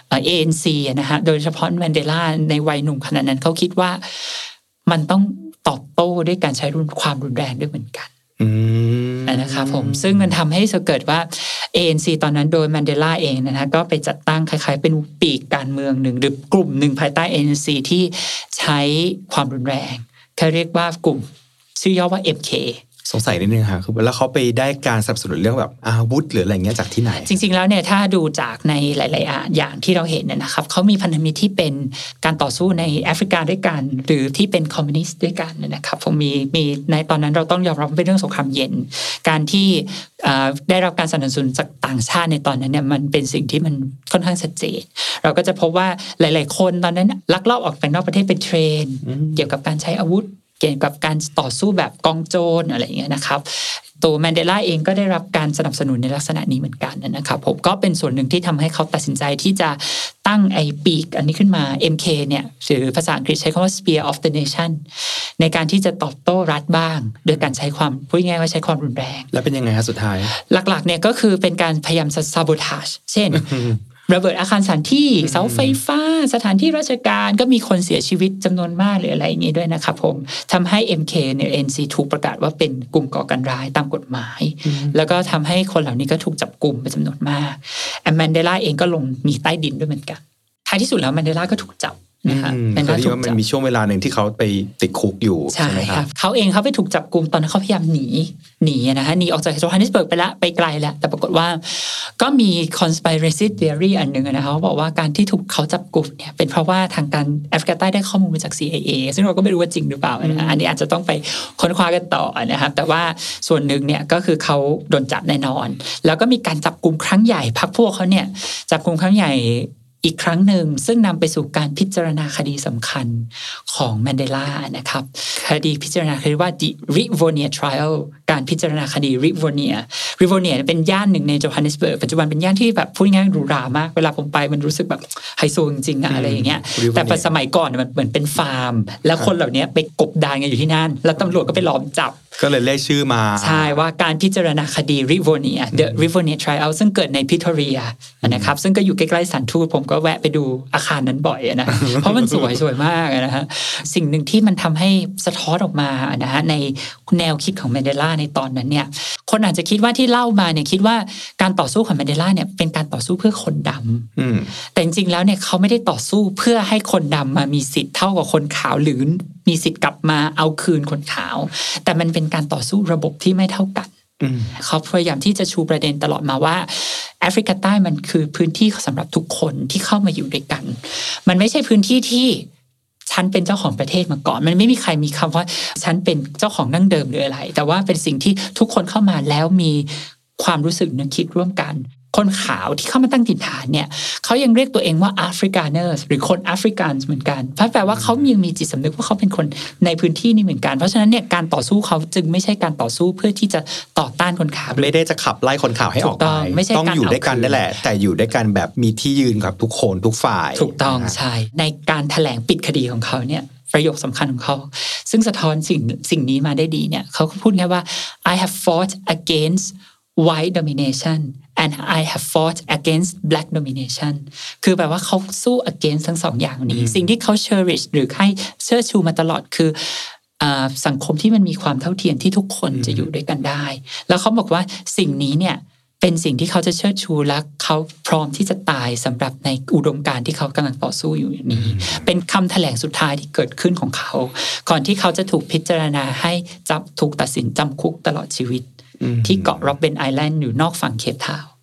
ANC นะฮะโดยเฉพาะแมนเดลาในวัยหนุ่มขนาดนั้นเขาคิดว่ามันต้องตอบโต้ด้วยการใช้ความรุนแรงด้วยเหมือนกันนะครับผมซึ่งมันทำให้เกิดว่า ANC ตอนนั้นโดยแมนเดลาเองนะฮะก็ไปจัดตั้งคล้ายๆเป็นปีกการเมืองหนึ่งหรือกลุ่มหนึ่งภายใต้ ANC ที่ใช้ความรุนแรงเขาเรียกว่ากลุ่มชื่อย่อว่า MK สงสัยนิดนึงค่ะคือแล้วเขาไปได้การสนับสนุนเรื่องแบบอาวุธหรืออะไรเงี้ยจากที่ไหนจริงๆแล้วเนี่ยถ้าดูจากในหลายๆอย่างที่เราเห็นนะครับเขามีพันธมิตรที่เป็นการต่อสู้ในแอฟริกาด้วยกันหรือที่เป็นคอมมิวนิสต์ด้วยกันนะครับผมมีในตอนนั้นเราต้องยอมรับเป็นเรื่องสงครามเย็นการที่ได้รับการสนับสนุนจากต่างชาติในตอนนั้นเนี่ยมันเป็นสิ่งที่มันค่อนข้างชัดเจนเราก็จะพบว่าหลายๆคนตอนนั้นลักลอบออกไปนอกประเทศเป็นเทรนเกี่ยวกับการใช้อาวุธเกี่ยวกับการต่อสู้แบบกองโจรอะไรอย่างเงี้ยนะครับตัวแมนเดลาเองก็ได้รับการสนับสนุนในลักษณะนี้เหมือนกันนะครับผมก็เป็นส่วนหนึ่งที่ทำให้เขาตัดสินใจที่จะตั้งไอ้ปีกอันนี้ขึ้นมา MK เนี่ยหรือภาษาอังกฤษใช้คำว่า Spear of the Nation ในการที่จะตอบโต้รัฐบ้างโดยการใช้ความพูดง่ายๆว่าใช้ความรุนแรงแล้วเป็นยังไงฮะสุดท้ายหลักๆเนี่ยก็คือเป็นการพยายาม sabotage เช่นระเบิดอาคารสถานที่เสาไฟฟ้าสถานที่ราชการก็มีคนเสียชีวิตจำนวนมากหรืออะไรอย่างนี้ด้วยนะครับผมทำให้ MK เนี่ย ANC ถูกประกาศว่าเป็นกลุ่มก่อการร้ายตามกฎหมายแล้วก็ทำให้คนเหล่านี้ก็ถูกจับกุมเป็นจำนวนมากแมนเดลาเองก็ลงมีใต้ดินด้วยเหมือนกันท้ายที่สุดแล้วแมนเดลาก็ถูกจับนะคะเป็นว่ามันมีช่วงเวลาหนึ่งที่เขาไปติดคุกอยู่ใช่ไหมครับเขาเองเขาไปถูกจับกุมตอนนั้นเขาพยายามหนีนะฮะหนีออกจากโจฮันเนสเบิร์กไปไกลแล้วแต่ปรากฏว่าก็มี conspiracy theory อันนึงนะคะเขาบอกว่าการที่ถูกเขาจับกุมเนี่ยเป็นเพราะว่าทางการแอฟริกาใต้ได้ข้อมูลมาจาก CIA ซึ่งเราก็ไม่รู้ว่าจริงหรือเปล่านะอันนี้อาจจะต้องไปค้นคว้ากันต่อนะครับแต่ว่าส่วนหนึ่งเนี่ยก็คือเขาโดนจับแน่นอนแล้วก็มีการจับกุมครั้งใหญ่พรรคพวกเขาเนี่ยจับกุมครั้งใหญ่อีกครั้งหนึ่งซึ่งนำไปสู่การพิจารณาคดีสำคัญของแมนเดลานะครับคดีพิจารณาคดีว่า The Rivonia Trial การพิจารณาคดี Rivonia เป็นย่านหนึ่งในโจฮันเนสเบิร์กปัจจุบันเป็นย่านที่แบบพูดง่ายๆหรูหรามากเวลาผมไปมันรู้สึกแบบไฮโซจริงๆอะไรอย่างเงี้ยแต่สมัยก่อนมันเหมือนเป็นฟาร์มแล้วคนเหล่านี้ไปกบดานกันอยู่ที่นั่นแล้วตำรวจก็ไปล้อมจับก็เลยเรียกชื่อมาใช่ว่าการพิจารณาคดี Rivonia The Rivonia Trial ซึ่งเกิดในพิทอเรียนะครับซึ่งก็อยู่ใกล้ๆสถานทูตผมก็แวะไปดูอาคารนั้นบ่อยนะเพราะมันสวยมากนะฮะสิ่งหนึ่งที่มันทำให้สะท้อนออกมานะฮะในแนวคิดของแมนเดลาในตอนนั้นเนี่ยคนอาจจะคิดว่าที่เล่ามาเนี่ยคิดว่าการต่อสู้ของแมนเดลาเนี่ยเป็นการต่อสู้เพื่อคนดำแต่จริงๆแล้วเนี่ยเขาไม่ได้ต่อสู้เพื่อให้คนดำมามีสิทธิ์เท่ากับคนขาวหรือมีสิทธิ์กลับมาเอาคืนคนขาวแต่มันเป็นการต่อสู้ระบบที่ไม่เท่ากันเขาพยายามที่จะชูประเด็นตลอดมาว่าแอฟริกาใต้มันคือพื้นที่สำหรับทุกคนที่เข้ามาอยู่ด้วยกันมันไม่ใช่พื้นที่ที่ฉันเป็นเจ้าของประเทศมาก่อนมันไม่มีใครมีคำว่าฉันเป็นเจ้าของดั้งเดิมหรืออะไรแต่ว่าเป็นสิ่งที่ทุกคนเข้ามาแล้วมีความรู้สึกนึกคิดร่วมกันคนขาวที่เข้ามาตั้งถิ่นฐานเนี่ยเขายังเรียกตัวเองว่า Afrikaners หรือคนแอฟริกันเหมือนกันแปลว่าเขายังมีจิตสำนึกว่าเขาเป็นคนในพื้นที่นี้เหมือนกันเพราะฉะนั้นเนี่ยการต่อสู้เขาจึงไม่ใช่การต่อสู้เพื่อที่จะต่อต้านคนขาวไม่ได้จะขับไล่คนขาวให้ออกไปต้องอยู่ด้วยกันนั่นแหละแต่อยู่ด้วยกันแบบมีที่ยืนกับทุกคนทุกฝ่ายถูกต้องใช่ในการแถลงปิดคดีของเขาเนี่ยประโยคสำคัญของเขาซึ่งสะท้อนสิ่งนี้มาได้ดีเนี่ยเขาพูดแค่ว่า I have fought against white domination and I have fought against black domination คือแปลว่าเขาสู้ against ทั้งสองอย่างนี้สิ่งที่เขา cherish หรือให้เชิดชูมาตลอดคือสังคมที่มันมีความเท่าเทียมที่ทุกคนจะอยู่ด้วยกันได้แล้วเขาบอกว่าสิ่งนี้เนี่ยเป็นสิ่งที่เขาจะเชิดชูและเขาพร้อมที่จะตายสำหรับในอุดมการณ์ที่เขากำลังต่อสู้อยู่อย่างนี้เป็นคำแถลงสุดท้ายที่เกิดขึ้นของเขาก่อนที่เขาจะถูกพิจารณาให้ถูกตัดสินจำคุกตลอดชีวิตที่เกาะโรบินไอแลนด์อยู่นอกฝั่งเคปทาวน์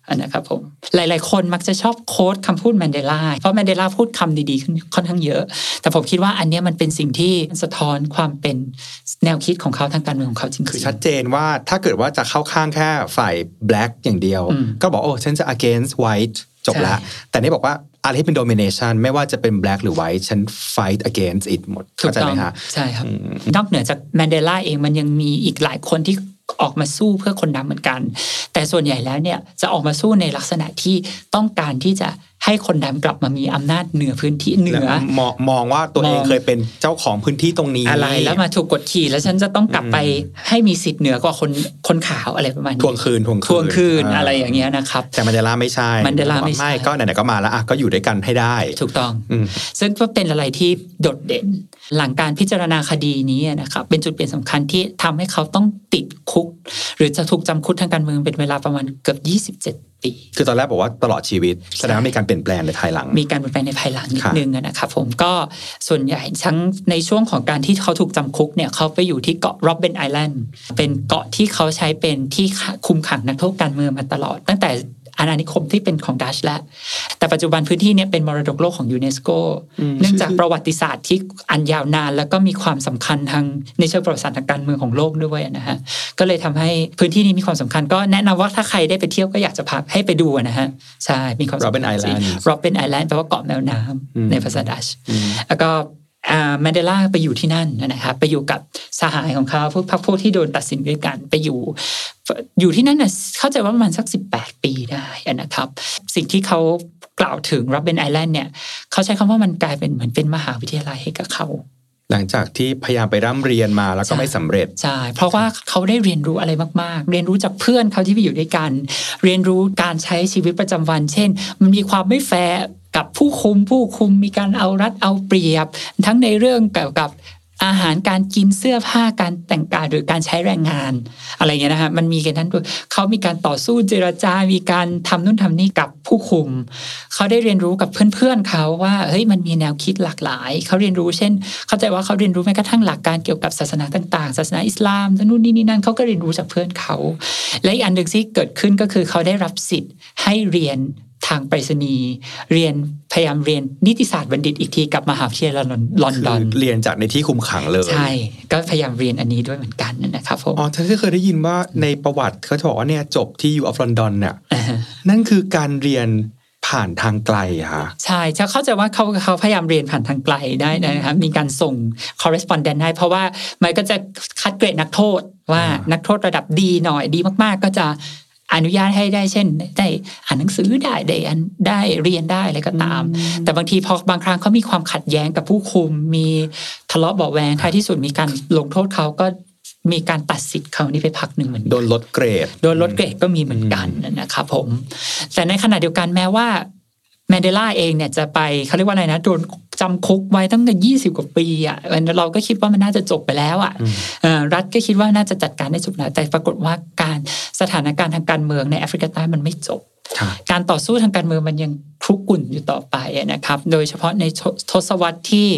นะครับผมหลายๆคนมักจะชอบโค้ดคำพูดแมนเดลาเพราะแมนเดลาพูดคำดีๆค่อนข้างเยอะแต่ผมคิดว่าอันนี้มันเป็นสิ่งที่สะท้อนความเป็นแนวคิดของเขาทางการเมืองของเขาจริงๆคือชัดเจนว่าถ้าเกิดว่าจะเข้าข้างแค่ฝ่าย black อย่างเดียวก็บอกโอ้ฉันจะ against white จบละแต่นี่บอกว่าอะไรที่เป็น domination ไม่ว่าจะเป็น black หรือ white ฉัน fight against it หมดเข้าใจไหมฮะใช่ครับนอกเหนือจากแมนเดลาเองมันยังมีอีกหลายคนที่ออกมาสู้เพื่อคนดำเหมือนกันแต่ส่วนใหญ่แล้วเนี่ยจะออกมาสู้ในลักษณะที่ต้องการที่จะให้คนดำกลับมามีอำนาจเหนือพื้นที่เหนือมองว่าตัวเองเคยเป็นเจ้าของพื้นที่ตรงนี้อะไรแล้วมาถูกกดขี่แล้วฉันจะต้องกลับไปให้มีสิทธิ์เหนือกว่าคนขาวอะไรประมาณนี้ทวงคืนอะไรอย่างเงี้ยนะครับแต่มันเดลาไม่ใช่มันเดลาไม่ใช่ก็ไหนๆก็มาแล้วก็อยู่ด้วยกันให้ได้ถูกต้องซึ่งก็เป็นอะไรที่โดดเด่นหลังการพิจารณาคดีนี้นะครับเป็นจุดเปลี่ยนสำคัญที่ทำให้เขาต้องติดคุกหรือจะถูกจำคุกทางการเมืองเป็นเวลาประมาณเกือบ27 ปีคือตอนแรกบอกว่าตลอดชีวิตแสดงว่ามีการเปลี่ยนแปลงในภายหลังมีการเปลี่ยนแปลงในภายหลังนิดนึงนะครับผมก็ส่วนใหญ่ทั้งในช่วงของการที่เขาถูกจำคุกเนี่ยเขาไปอยู่ที่เกาะโรบเบนไอแลนด์เป็นเกาะที่เขาใช้เป็นที่คุมขังนักโทษการเมืองมาตลอดตั้งแต่อาณานิคมที่เป็นของดัชแล้วแต่ปัจจุบันพื้นที่นี้เป็นมรดกโลกของยูเนสโกเนื่องจากประวัติศาสตร์ที่อันยาวนานแล้วก็มีความสำคัญทางในเชิงประวัติศาสตร์ทางการเมืองของโลกด้วยนะฮะก็เลยทำให้พื้นที่นี้มีความสำคัญก็แนะนำว่าถ้าใครได้ไปเที่ยวก็อยากจะพาให้ไปดูนะฮะใช่มีความสำคัญ Robben Island แปลว่าเกาะแมวน้ำในภาษาดัชแล้วก็แมนเดลาไปอยู่ที่นั่นนะครับไปอยู่กับสหายของเขาพวกที่โดนตัดสินด้วยกันไปอยู่ที่นั่นน่ะเข้าใจว่าประมาณสัก18 ปีได้นะครับสิ่งที่เขากล่าวถึงโรบเบนไอแลนด์เนี่ยเขาใช้คำว่ามันกลายเป็นเหมือนเป็นมหาวิทยาลัยให้กับเขาหลังจากที่พยายามไปร่ำเรียนมาแล้วก็ไม่สำเร็จใช่เพราะว่าเขาได้เรียนรู้อะไรมากๆเรียนรู้จากเพื่อนเขาที่ไปอยู่ด้วยกันเรียนรู้การใช้ชีวิตประจำวันเช่นมันมีความไม่แฟร์กับผู้คุมมีการเอารัดเอาเปรียบทั้งในเรื่องเกี่ยวกับอาหารการกินเสื้อผ้าการแต่งกายหรือการใช้แรงงานอะไรเงี้ยนะฮะมันมีกันทั้งด้วยเขามีการต่อสู้เจรจามีการทำนู่นทำนี่กับผู้คุมเขาได้เรียนรู้กับเพื่อนๆเขาว่าเฮ้ยมันมีแนวคิดหลากหลายเขาเรียนรู้เช่นเข้าใจว่าเขาเรียนรู้แม้กระทั่งหลักการเกี่ยวกับศาสนาต่างๆศาสนาอิสลามนู่นนี่นั่นเขาก็เรียนรู้จากเพื่อนเขาและอีกอันหนึ่งที่เกิดขึ้นก็คือเขาได้รับสิทธิ์ให้เรียนทางไปรษณีย์พยายามเรียนนิติศาสตร์บัณฑิตอีกทีกับมหาวิทยาลัยลอนดอนเรียนจากในที่คุมขังเลยใช่ก็พยายามเรียนอันนี้ด้วยเหมือนกันนะครับผมฉันเคยได้ยินว่าในประวัติเขาบอกว่าเนี่ยจบที่ U of London เนี่ยนั่นคือการเรียนผ่านทางไกลค่ะใช่จะเข้าใจว่าเขาพยายามเรียนผ่านทางไกลได้นะครับมีการส่ง correspondent ได้เพราะว่ามันก็จะคัดเกรดนักโทษว่านักโทษระดับดีหน่อยดีมากๆก็จะอนุญาตให้ได้เช่นได้อ่านหนังสือได้เรียนได้อะไรก็ตามแต่บางทีพอบางครั้งเขามีความขัดแย้งกับผู้คุมมีทะเลาะเบาะแวงท้ายที่สุดมีการลงโทษเขาก็มีการตัดสิทธิ์เขานี่ไปพักหนึ่งเหมือนกันโดนลดเกรดก็มีเหมือนกันนะครับผมแต่ในขณะเดียวกันแม้ว่าแมนเดลาเองเนี่ยจะไปเขาเรียกว่าอะไรนะโดนจำคุกไว้ตั้งแต่20 กว่าปีอ่ะเราก็คิดว่ามันน่าจะจบไปแล้วอ่ะรัฐก็คิดว่าน่าจะจัดการได้จบแล้วแต่ปรากฏว่าการสถานการณ์ทางการเมืองในแอฟริกาใต้มันไม่จบการต่อสู้ทางการเมืองมันยังครุกรุ่นอยู่ต่อไปนะครับโดยเฉพาะในทศวรรษที่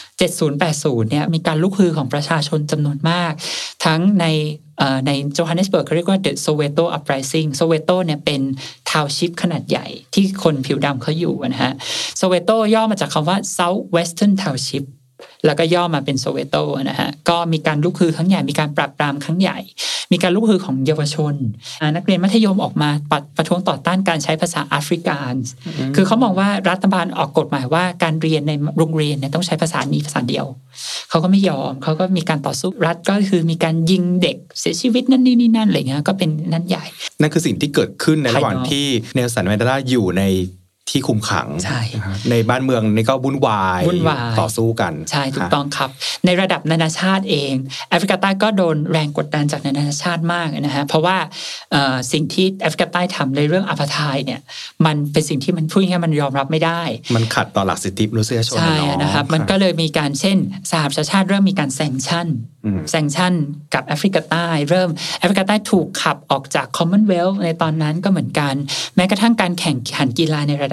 70-80เนี่ยมีการลุกฮือของประชาชนจำนวนมากทั้งในโจฮันเนสเบิร์กเขาเรียกว่า The Soweto Uprising Soweto เนี่ยเป็นทาวน์ชิพขนาดใหญ่ที่คนผิวดำเขาอยู่นะฮะ Soweto ย่อมาจากคำว่า South Western Township แล้วก็ย่อมาเป็นโซเวโตนะฮะก็มีการลุกฮือครั้งใหญ่มีการปราบปรามครั้งใหญ่มีการลุกฮือของเยาวชนนักเรียนมัธยมออกมาประท้วงต่อต้านการใช้ภาษาแอฟริกันคือเขามองว่ารัฐบาลออกกฎหมายว่าการเรียนในโรงเรียนเนี่ยต้องใช้ภาษานี้ภาษาเดียวเขาก็ไม่ยอมเขาก็มีการต่อสู้รัฐก็คือมีการยิงเด็กเสียชีวิตนั่นนี่นั่นอะไรเงี้ยก็เป็นนั่นใหญ่นั่นคือสิ่งที่เกิดขึ้นในระหว่างที่เนลสันแมนเดลาอยู่ในที่คุมขังในบ้านเมืองนี่ก็วุ่นวายต่อสู้กันใช่ถูกต้องครับในระดับนานาชาติเองแอฟริกาใต้ก็โดนแรงกดดันจากนานาชาติมากนะฮะเพราะว่าสิ่งที่แอฟริกาใต้ทำในเรื่องอัปไทด์เนี่ยมันเป็นสิ่งที่มันพูดง่ายๆมันยอมรับไม่ได้มันขัดต่อหลักสิทธิมนุษยชนใช่นะครับมันก็เลยมีการเช่นสหประชาชาติเริ่มมีการแซงชั่นกับแอฟริกาใต้เริ่มแอฟริกาใต้ถูกขับออกจากคอมมอนเวลธในตอนนั้นก็เหมือนกันแม้กระทั่งการแข่งขันกีฬาในระดับ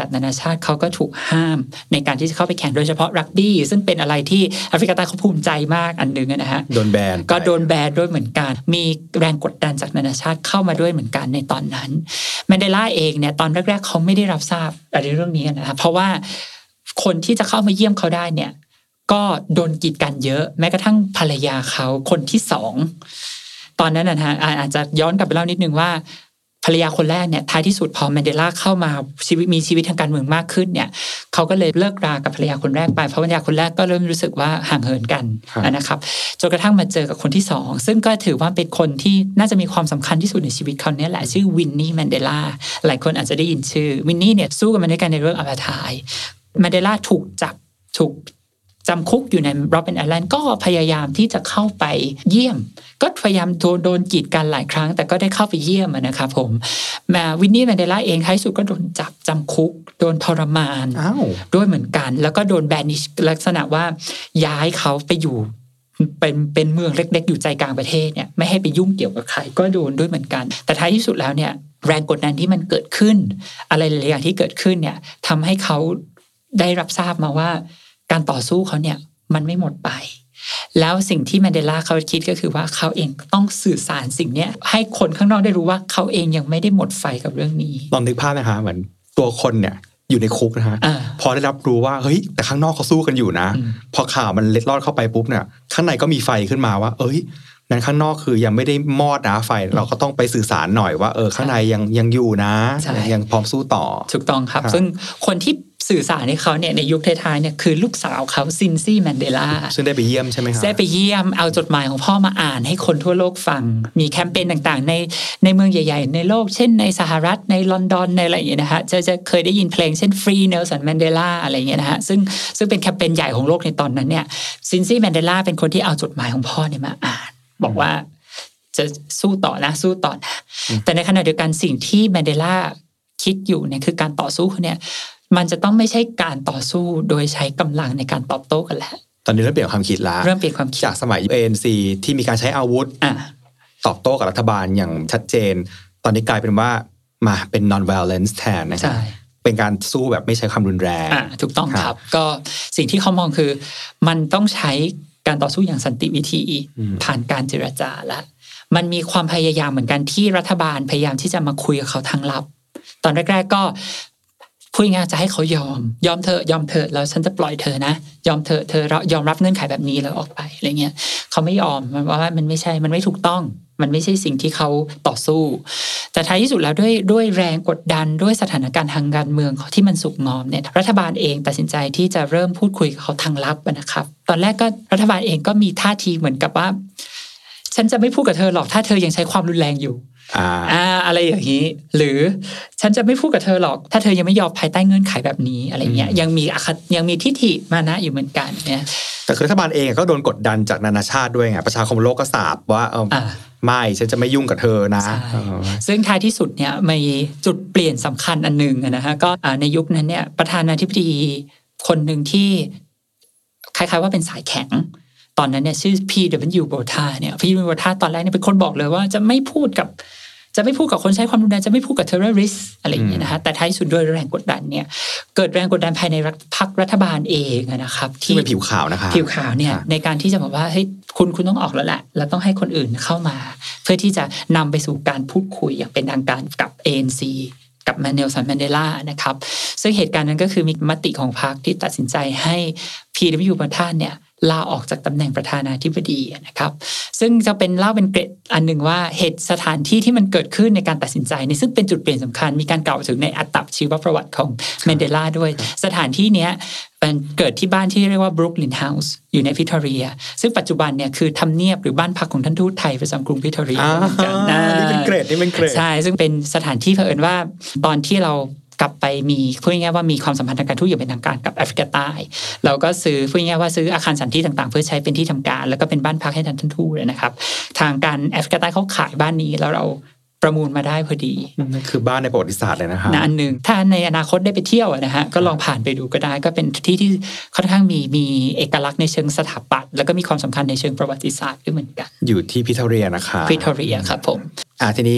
ดับนานาชาติเขาก็ถูกห้ามในการที่จะเข้าไปแข่งโดยเฉพาะรักบี้ซึ่งเป็นอะไรที่แอฟริกาใต้เขาภูมิใจมากอันนึงนะฮะโดนแบนก็โดนแบนด้วยเหมือนกันมีแรงกดดันจากนานาชาติเข้ามาด้วยเหมือนกันในตอนนั้นแมนเดลาเองเนี่ยตอนแรกๆเขาไม่ได้รับทราบอะไรเรื่องนี้นะครับเพราะว่าคนที่จะเข้ามาเยี่ยมเขาได้เนี่ยก็โดนกีดกันเยอะแม้กระทั่งภรรยาเขาคนที่2ตอนนั้นนะฮะอาจจะย้อนกลับไปเล่านิดนึงว่าภรรยาคนแรกเนี่ยท้ายที่สุดพอแมนเดลาเข้ามามีชีวิตทางการเมืองมากขึ้นเนี่ยเขาก็เลยเลิกรากับภรรยาคนแรกไปเพราะภรรยาคนแรกก็เริ่มรู้สึกว่าห่างเหินกันนะครับจนกระทั่งมาเจอกับคนที่2ซึ่งก็ถือว่าเป็นคนที่น่าจะมีความสำคัญที่สุดในชีวิตเขาเนี่ยแหละชื่อวินนี่แมนเดลาหลายคนอาจจะได้ยินชื่อวินนี่เนี่ยสู้กันมาด้วยกันในเรื่องอัปาไทด์แมนเดลาถูกจำคุกอยู่ในโรบินไอแลนด์ก็พยายามที่จะเข้าไปเยี่ยมก็พยายามโดนกีดกันหลายครั้งแต่ก็ได้เข้าไปเยี่ยมนะครับผมวินนี่แมนเดลาเองท้ายสุดก็โดนจับจำคุกโดนทรมานด้วยเหมือนกันแล้วก็โดนแบนิชลักษณะว่าย้ายเขาไปอยู่เป็นเมืองเล็กๆอยู่ใจกลางประเทศเนี่ยไม่ให้ไปยุ่งเกี่ยวกับใครก็โดนด้วยเหมือนกันแต่ท้ายที่สุดแล้วเนี่ยแรงกดดันที่มันเกิดขึ้นอะไรหลายอย่างที่เกิดขึ้นเนี่ยทำให้เขาได้รับทราบมาว่าการต่อสู้เขาเนี่ยมันไม่หมดไปแล้วสิ่งที่แมนเดลาเขาคิดก็คือว่าเขาเองต้องสื่อสารสิ่งนี้ให้คนข้างนอกได้รู้ว่าเขาเองยังไม่ได้หมดไฟกับเรื่องนี้ลองนึกภาพนะคะเหมือนตัวคนเนี่ยอยู่ในคุกนะฮะพอได้รับรู้ว่าเฮ้ยแต่ข้างนอกเขาสู้กันอยู่นะพอข่าวมันเล็ดลอดเข้าไปปุ๊บเนี่ยข้างในก็มีไฟขึ้นมาว่านั้นข้างนอกคือยังไม่ได้มอดนะไฟเราก็ต้องไปสื่อสารหน่อยว่าข้างในยังอยู่นะยังพร้อมสู้ต่อถูกต้องครับซึ่งคนที่สื่อสารให้เขาเนี่ยในยุคท้ายๆเนี่ยคือลูกสาวเขาซินซี่แมนเดลาซึ่งได้ไปเยี่ยมใช่ไหมครับได้ไปเยี่ยมเอาจดหมายของพ่อมาอ่านให้คนทั่วโลกฟังมีแคมเปญต่างๆในเมืองใหญ่ๆในโลกเช่นในสหรัฐในลอนดอนในอะไรอย่างเงี้ยนะฮะจะเคยได้ยินเพลงเช่น Free Nelson Mandela อะไรอย่างเงี้ยนะฮะซึ่งเป็นแคมเปญใหญ่ของโลกในตอนนั้นเนี่ยซินซี่แมนเดลาเป็นคนที่เอาจดหมายของพ่อเนี่ยมาอ่านบอกว่าจะสู้ต่อนะแต่ในขณะเดียวกันสิ่งที่แมนเดลาคิดอยู่เนี่ยคือการต่อสู้เขาเนี่ยมันจะต้องไม่ใช่การต่อสู้โดยใช้กำลังในการตอบโต้กันแล้วตอนนี้เริ่มเปลี่ยนความคิดแล้วจากสมัย ANC ที่มีการใช้อาวุธตอบโต้กับรัฐบาลอย่างชัดเจนตอนนี้กลายเป็นว่ามาเป็น non-violence แทนนะครับเป็นการสู้แบบไม่ใช้ความรุนแรงถูกต้องครับก็สิ่งที่เขามองคือมันต้องใช้การต่อสู้อย่างสันติวิธีผ่านการเจรจาและมันมีความพยายามเหมือนกันที่รัฐบาลพยายามที่จะมาคุยกับเขาทางลับตอนแรกๆก็พูดง่ายๆจะให้เขายอมเธอแล้วฉันจะปล่อยเธอนะยอมเธอยอมรับเงื่อนไขแบบนี้แล้วออกไปอะไรเงี้ยเขาไม่ยอมว่ามันไม่ใช่มันไม่ถูกต้องมันไม่ใช่สิ่งที่เขาต่อสู้แต่ท้ายที่สุดแล้วด้วยแรงกดดันด้วยสถานการณ์ทางการเมืองที่มันสุกงอมเนี่ยรัฐบาลเองตัดสินใจที่จะเริ่มพูดคุยกับเขาทางลับนะครับตอนแรกก็รัฐบาลเองก็มีท่าทีเหมือนกับว่าฉันจะไม่พูดกับเธอหรอกถ้าเธอยังใช้ความรุนแรงอยู่อะไรอย่างนี้หรือฉันจะไม่พูดกับเธอหรอกถ้าเธอยังไม่ยอมภายใต้เงื่อนไขแบบนี้อะไรเงี้ยยังมีทิฐิมานะอยู่เหมือนกันเนี่ยแต่รัฐบาลเองก็โดนกดดันจากนานาชาติด้วยไงประชาคมโลกก็สาบว่าไม่ฉันจะไม่ยุ่งกับเธอนะซึ่งท้ายที่สุดเนี่ยมีจุดเปลี่ยนสำคัญอันนึงนะฮะก็ในยุคนั้นเนี่ยประธานาธิบดีคนหนึ่งที่คล้ายๆว่าเป็นสายแข็งตอนนั้นเนี่ยชื่อ P.W. Botha เนี่ย P.W. Botha ตอนแรกเนี่ยเป็นคนบอกเลยว่าจะไม่พูดกับคนใช้ความรุนแรงจะไม่พูดกับ terrorist อะไรอย่างเงี้ยนะฮะแต่ท้ายสุดด้วยแรงกดดันเนี่ยเกิดแรงกดดันภายในพรรครัฐบาลเองนะครับที่เป็นผิวขาวนะคะผิวขาวเนี่ยในการที่จะบอกว่าเฮ้ยคุณต้องออกแล้วแหละแล้วต้องให้คนอื่นเข้ามาเพื่อที่จะนำไปสู่การพูดคุยอย่างเป็นทางการกับ ANC กับเนลสันแมนเดลานะครับซึ่งเหตุการณ์นั้นก็คือมีมติของพรรคที่ตัดสินใจให้ P.W. Botha เนี่ยลาออกจากตำแหน่งประธานาธิบดีนะครับซึ่งจะเป็นเล่าเป็นเกร็ดอันหนึ่งว่าเหตุสถานที่ที่มันเกิดขึ้นในการตัดสินใจนี่ซึ่งเป็นจุดเปลี่ยนสำคัญมีการกล่าวถึงในอัตชีวประวัติของแมนเดลาด้วยสถานที่นี้มันเกิดที่บ้านที่เรียกว่าบรุกลินเฮาส์อยู่ในพิทอเรียซึ่งปัจจุบันเนี่ยคือทำเนียบหรือบ้านพักของท่านทูตไทยประจำกรุงพิทอเรียนี่เป็นเกรดใช่ซึ่งเป็นสถานที่เผอิญว่าตอนที่เรากลับไปมีพูดง่ายๆว่ามีความสัมพันธ์ทางการทูตอย่างเป็นทางการกับแอฟริกาใต้เราก็พูดง่ายๆว่าซื้ออาคารสถานที่ต่างๆเพื่อใช้เป็นที่ทำการแล้วก็เป็นบ้านพักให้ท่านทูตนะครับทางการแอฟริกาใต้เขาขายบ้านนี้แล้วเราประมูลมาได้พอดีนั่นคือบ้านในประวัติศาสตร์เลยนะครับอันหนึ่งถ้าในอนาคตได้ไปเที่ยวนะฮะก็ลองผ่านไปดูก็ได้ก็เป็นที่ค่อนข้างมีเอกลักษณ์ในเชิงสถาปัตย์แล้วก็มีความสำคัญในเชิงประวัติศาสตร์ด้วยเหมือนกันอยู่ที่พิทอเรียนะคะพิทอเรียครับผมทีนี้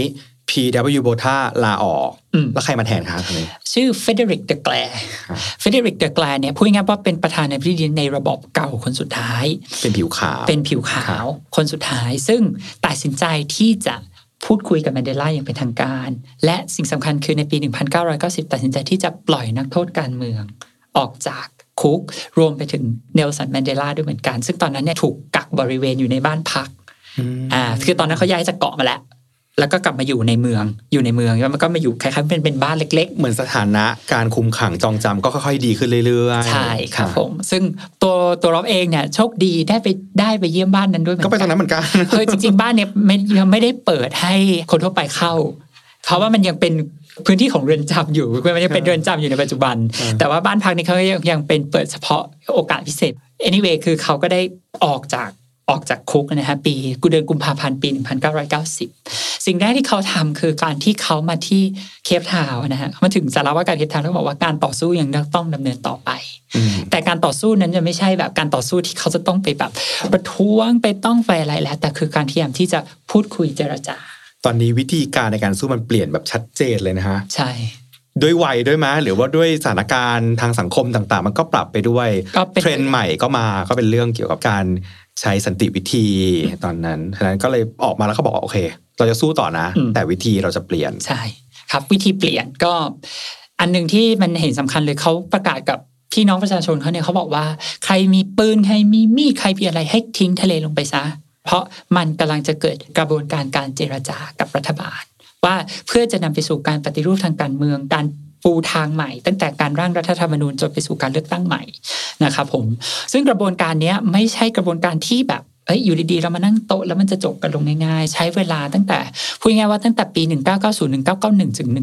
P.W. Botha ลาออกแล้วใครมาแทนคะตอนนี้ชื่อเฟเดริก เดอแกลร์เนี่ยพูดง่ายๆว่าเป็นประธานาธิบดีในระบอบเก่าคนสุดท้ายเป็นผิวขาวคนสุดท้ายซึ่งตัดสินใจที่จะพูดคุยกับแมนเดลาอย่างเป็นทางการและสิ่งสำคัญคือในปี 1990 ตัดสินใจที่จะปล่อยนักโทษการเมืองออกจากคุกรวมไปถึงเนลสันแมนเดลาด้วยเหมือนกันซึ่งตอนนั้นเนี่ยถูกกักบริเวณอยู่ในบ้านพักคือตอนนั้นเขาย้ายจากเกาะมาแล้วก็กลับมาอยู่ในเมืองแล้วมันก็มาอยู่คล้ายๆเป็นบ้านเล็กๆเหมือนสถานะการคุมขังจองจำก็ค่อยๆดีขึ้นเรื่อยๆใช่ครับผมซึ่งตัวรอบเองเนี่ยโชคดีได้ไปเยี่ยมบ้านนั้นด้วยเหมือนกันก็ไปตรงนั้นเหมือนกันจริงๆบ้านเนี่ยยังไม่ได้เปิดให้คนทั่วไปเข้าเพราะว่ามันยังเป็นพื้นที่ของเรือนจำอยู่มันยังเป็นเรือนจำอยู่ในปัจจุบันแต่ว่าบ้านพักนี่เขายังเป็นเปิดเฉพาะโอกาสพิเศษ anyway คือเขาก็ได้ออกจากคุกนะฮะเดือนกุมภาพันธ์ปี 1990 สิ่งแรกที่เขาทำคือการที่เขามาที่เคปทาวน์นะฮะมาถึงสารวัตรการเคปทาวน์แล้วบอกว่าการต่อสู้ยังต้องดำเนินต่อไปแต่การต่อสู้นั้นจะไม่ใช่แบบการต่อสู้ที่เขาจะต้องไปแบบประท้วงไปต้องไปอะไรแล้วแต่คือการพยายามที่จะพูดคุยเจรจาตอนนี้วิธีการในการสู้มันเปลี่ยนแบบชัดเจนเลยนะฮะใช่ด้วยวัยด้วยมั้ยหรือว่าด้วยสถานการณ์ทางสังคมต่างๆมันก็ปรับไปด้วยเทรนด์ใหม่ก็มาก็เป็นเรื่องเกี่ยวกับการใช้สันติวิธีตอนนั้นฉะนั้นก็เลยออกมาแล้วก็บอกว่าโอเคเราจะสู้ต่อนะแต่วิธีเราจะเปลี่ยนใช่ครับวิธีเปลี่ยนก็อันนึงที่มันเห็นสำคัญเลยเขาประกาศกับพี่น้องประชาชนเขาเนี่ยเขาบอกว่าใครมีปืนใครมีมีดใครมีอะไรให้ทิ้งทะเลลงไปซะเพราะมันกำลังจะเกิดกระบวนการเจรจากับรัฐบาลว่าเพื่อจะนำไปสู่การปฏิรูปทางการเมืองการปูทางใหม่ตั้งแต่การร่างรัฐธรรมนูญจนไปสู่การเลือกตั้งใหม่นะครับผมซึ่งกระบวนการนี้ไม่ใช่กระบวนการที่แบบอยู่ดีๆเรามานั่งโต๊ะแล้วมันจะจบกันลงง่ายๆใช้เวลาตั้งแต่พูดง่ายๆว่าตั้งแต่ปี 1990 1991 ถึง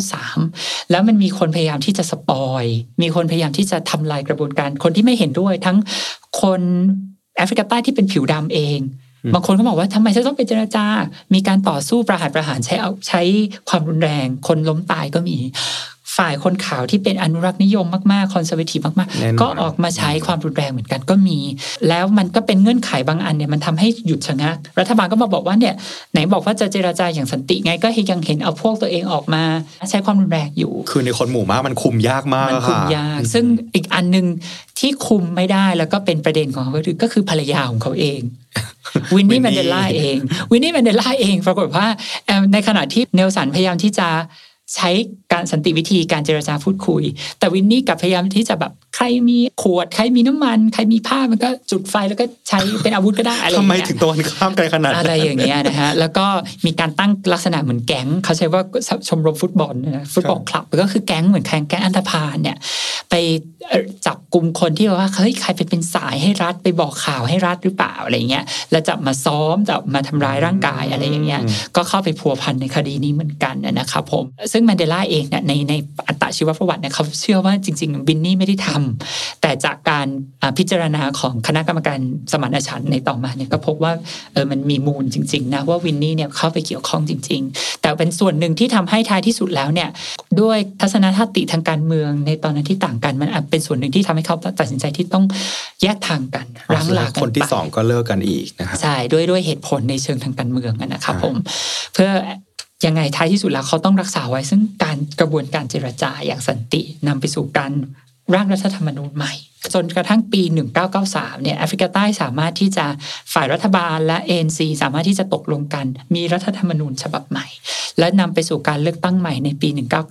1993แล้วมันมีคนพยายามที่จะสปอยมีคนพยายามที่จะทำลายกระบวนการคนที่ไม่เห็นด้วยทั้งคนแอฟริกาใต้ที่เป็นผิวดำเองบางคนก็บอกว่าทำไมจะต้องไปเจรจามีการต่อสู้ประหารใช้ความรุนแรงคนล้มตายก็มีฝ่ายคนขาวที่เป็นอนุรักษ์นิยมมากๆคอนเซอร์เวทีฟมากๆก็ออกมาใช้ความรุนแรงเหมือนกันก็มีแล้วมันก็เป็นเงื่อนไขบางอันเนี่ยมันทำให้หยุดชะงักรัฐบาลก็มาบอกว่าเนี่ยไหนบอกว่าจะเจรจาอย่างสันติไงก็ยังเห็นเอาพวกตัวเองออกมาใช้ความรุนแรงอยู่คือในคนหมู่มากมันคุมยากมากมันคุมยากซึ่งอีกอันนึงที่คุมไม่ได้แล้วก็เป็นประเด็นของเขาก็คือภรรยาของเขาเองวินนี่แมนเดลาเองปรากฏว่าในขณะที่เนลสันพยายามที่จะใช้การสันติวิธีการเจรจาพูดคุยแต่วินนี่กับพยายามที่จะแบบใครมีขวดใครมีน้ำมันใครมีผ้ามันก็จุดไฟแล้วก็ใช้เป็นอาวุธก็ได้อะไรอย่างเงี้ยทำไมถึงตรงข้ามกันขนาดอะไรอย่างเงี้ยนะฮะแล้วก็มีการตั้งลักษณะเหมือนแก๊งเขาใช้ว่าชมรมฟุตบอลนะฟุตบอลคลับก็คือแก๊งเหมือนแก๊งอันธพาลเนี่ยไปจับกลุ่มคนที่ว่าเฮ้ยใครเป็นสายให้รัฐไปบอกข่าวให้รัฐหรือเปล่าอะไรเงี้ยแล้วจับมาซ้อมจับมาทำร้ายร่างกายอะไรอย่างเงี้ยก็เข้าไปพัวพันในคดีนี้เหมือนกันนะครับผมซึ่งแมนเดลาเองเนี่ยในอัตชีวประวัติเนี่ยเขาเชื่อว่าจริงๆวินนี่ไม่ได้ทำแต่จากการพิจารณาของคณะกรรมการสมานฉันท์ในต่อมาเนี่ยก็พบว่ามันมีมูลจริงๆนะว่าวินนี่เนี่ยเข้าไปเกี่ยวข้องจริงๆแต่เป็นส่วนหนึ่งที่ทำให้ท้ายที่สุดแล้วเนี่ยด้วยทัศนคติทางการเมืองในตอนนั้นที่ต่างกันมันเป็นส่วนหนึ่งที่ทำให้เขาตัดสินใจที่ต้องแยกทางกันร้างลากันคนที่2ก็เลิกกันอีกนะครับใช่ด้วยเหตุผลในเชิงทางการเมืองนะครับผมเพื่อยังไงท้ายที่สุดแล้วเขาต้องรักษาไว้ซึ่งการกระบวนการเจรจาอย่างสันตินำไปสู่การร่างรัฐธรรมนูญใหม่จนกระทั่งปี 1993 เนี่ยแอฟริกาใต้สามารถที่จะฝ่ายรัฐบาลและ ANC สามารถที่จะตกลงกันมีรัฐธรรมนูญฉบับใหม่และนำไปสู่การเลือกตั้งใหม่ในปี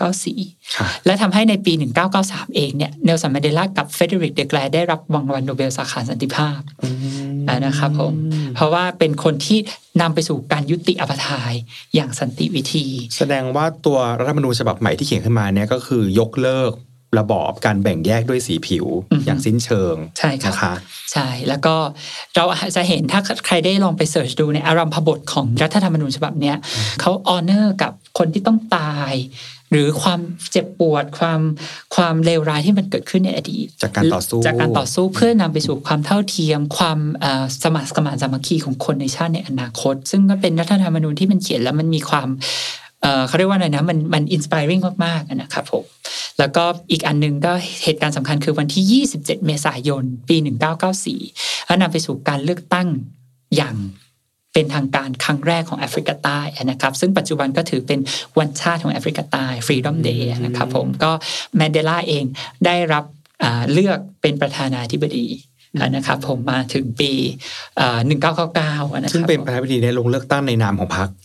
1994 และทำให้ในปี 1993 เองเนี่ยเนลสัน แมนเดลากับเฟเดริก เดอแกลร์ได้รับรางวัลโนเบลสาขาสันติภาพนะครับผมเพราะว่าเป็นคนที่นำไปสู่การยุติอัปาร์ไทด์อย่างสันติวิธีแสดงว่าตัวรัฐธรรมนูญฉบับใหม่ที่เขียนขึ้นมาเนี่ยก็คือยกเลิกระบอบการแบ่งแยกด้วยสีผิวอย่างสิ้นเชิงใช่นะคะใช่แล้วก็เราจะเห็นถ้าใครได้ลองไปเสิร์ชดูในอารัมพบทของรัฐธรรมนูญฉบับนี้เขาออเนอร์กับคนที่ต้องตายหรือความเจ็บปวดความเลวร้ายที่มันเกิดขึ้นในอดีตจากการต่อสู้เพื่อนำไปสู่ความเท่าเทียมความสมัครสมานสามัคคีของคนในชาติในอนาคตซึ่งก็เป็นรัฐธรรมนูญที่มันเขียนแล้วมันมีความเขาเรียกว่าอะไรนะมันอินสไปริ่งมากๆนะครับผมแล้วก็อีกอันนึงก็เหตุการณ์สำคัญคือวันที่27 เมษายนปี 1994แล้วนำไปสู่การเลือกตั้งอย่างเป็นทางการครั้งแรกของแอฟริกาใต้นะครับซึ่งปัจจุบันก็ถือเป็นวันชาติของแอฟริกาใต้ Freedom Day นะครับผมก็แมนเดลาเองได้รับเลือกเป็นประธานาธิบดีนะครับผมมาถึงปี1999นะครับซึ่งเป็นประธานาธิบดีในลงเลือกตั้งในนามของพรรค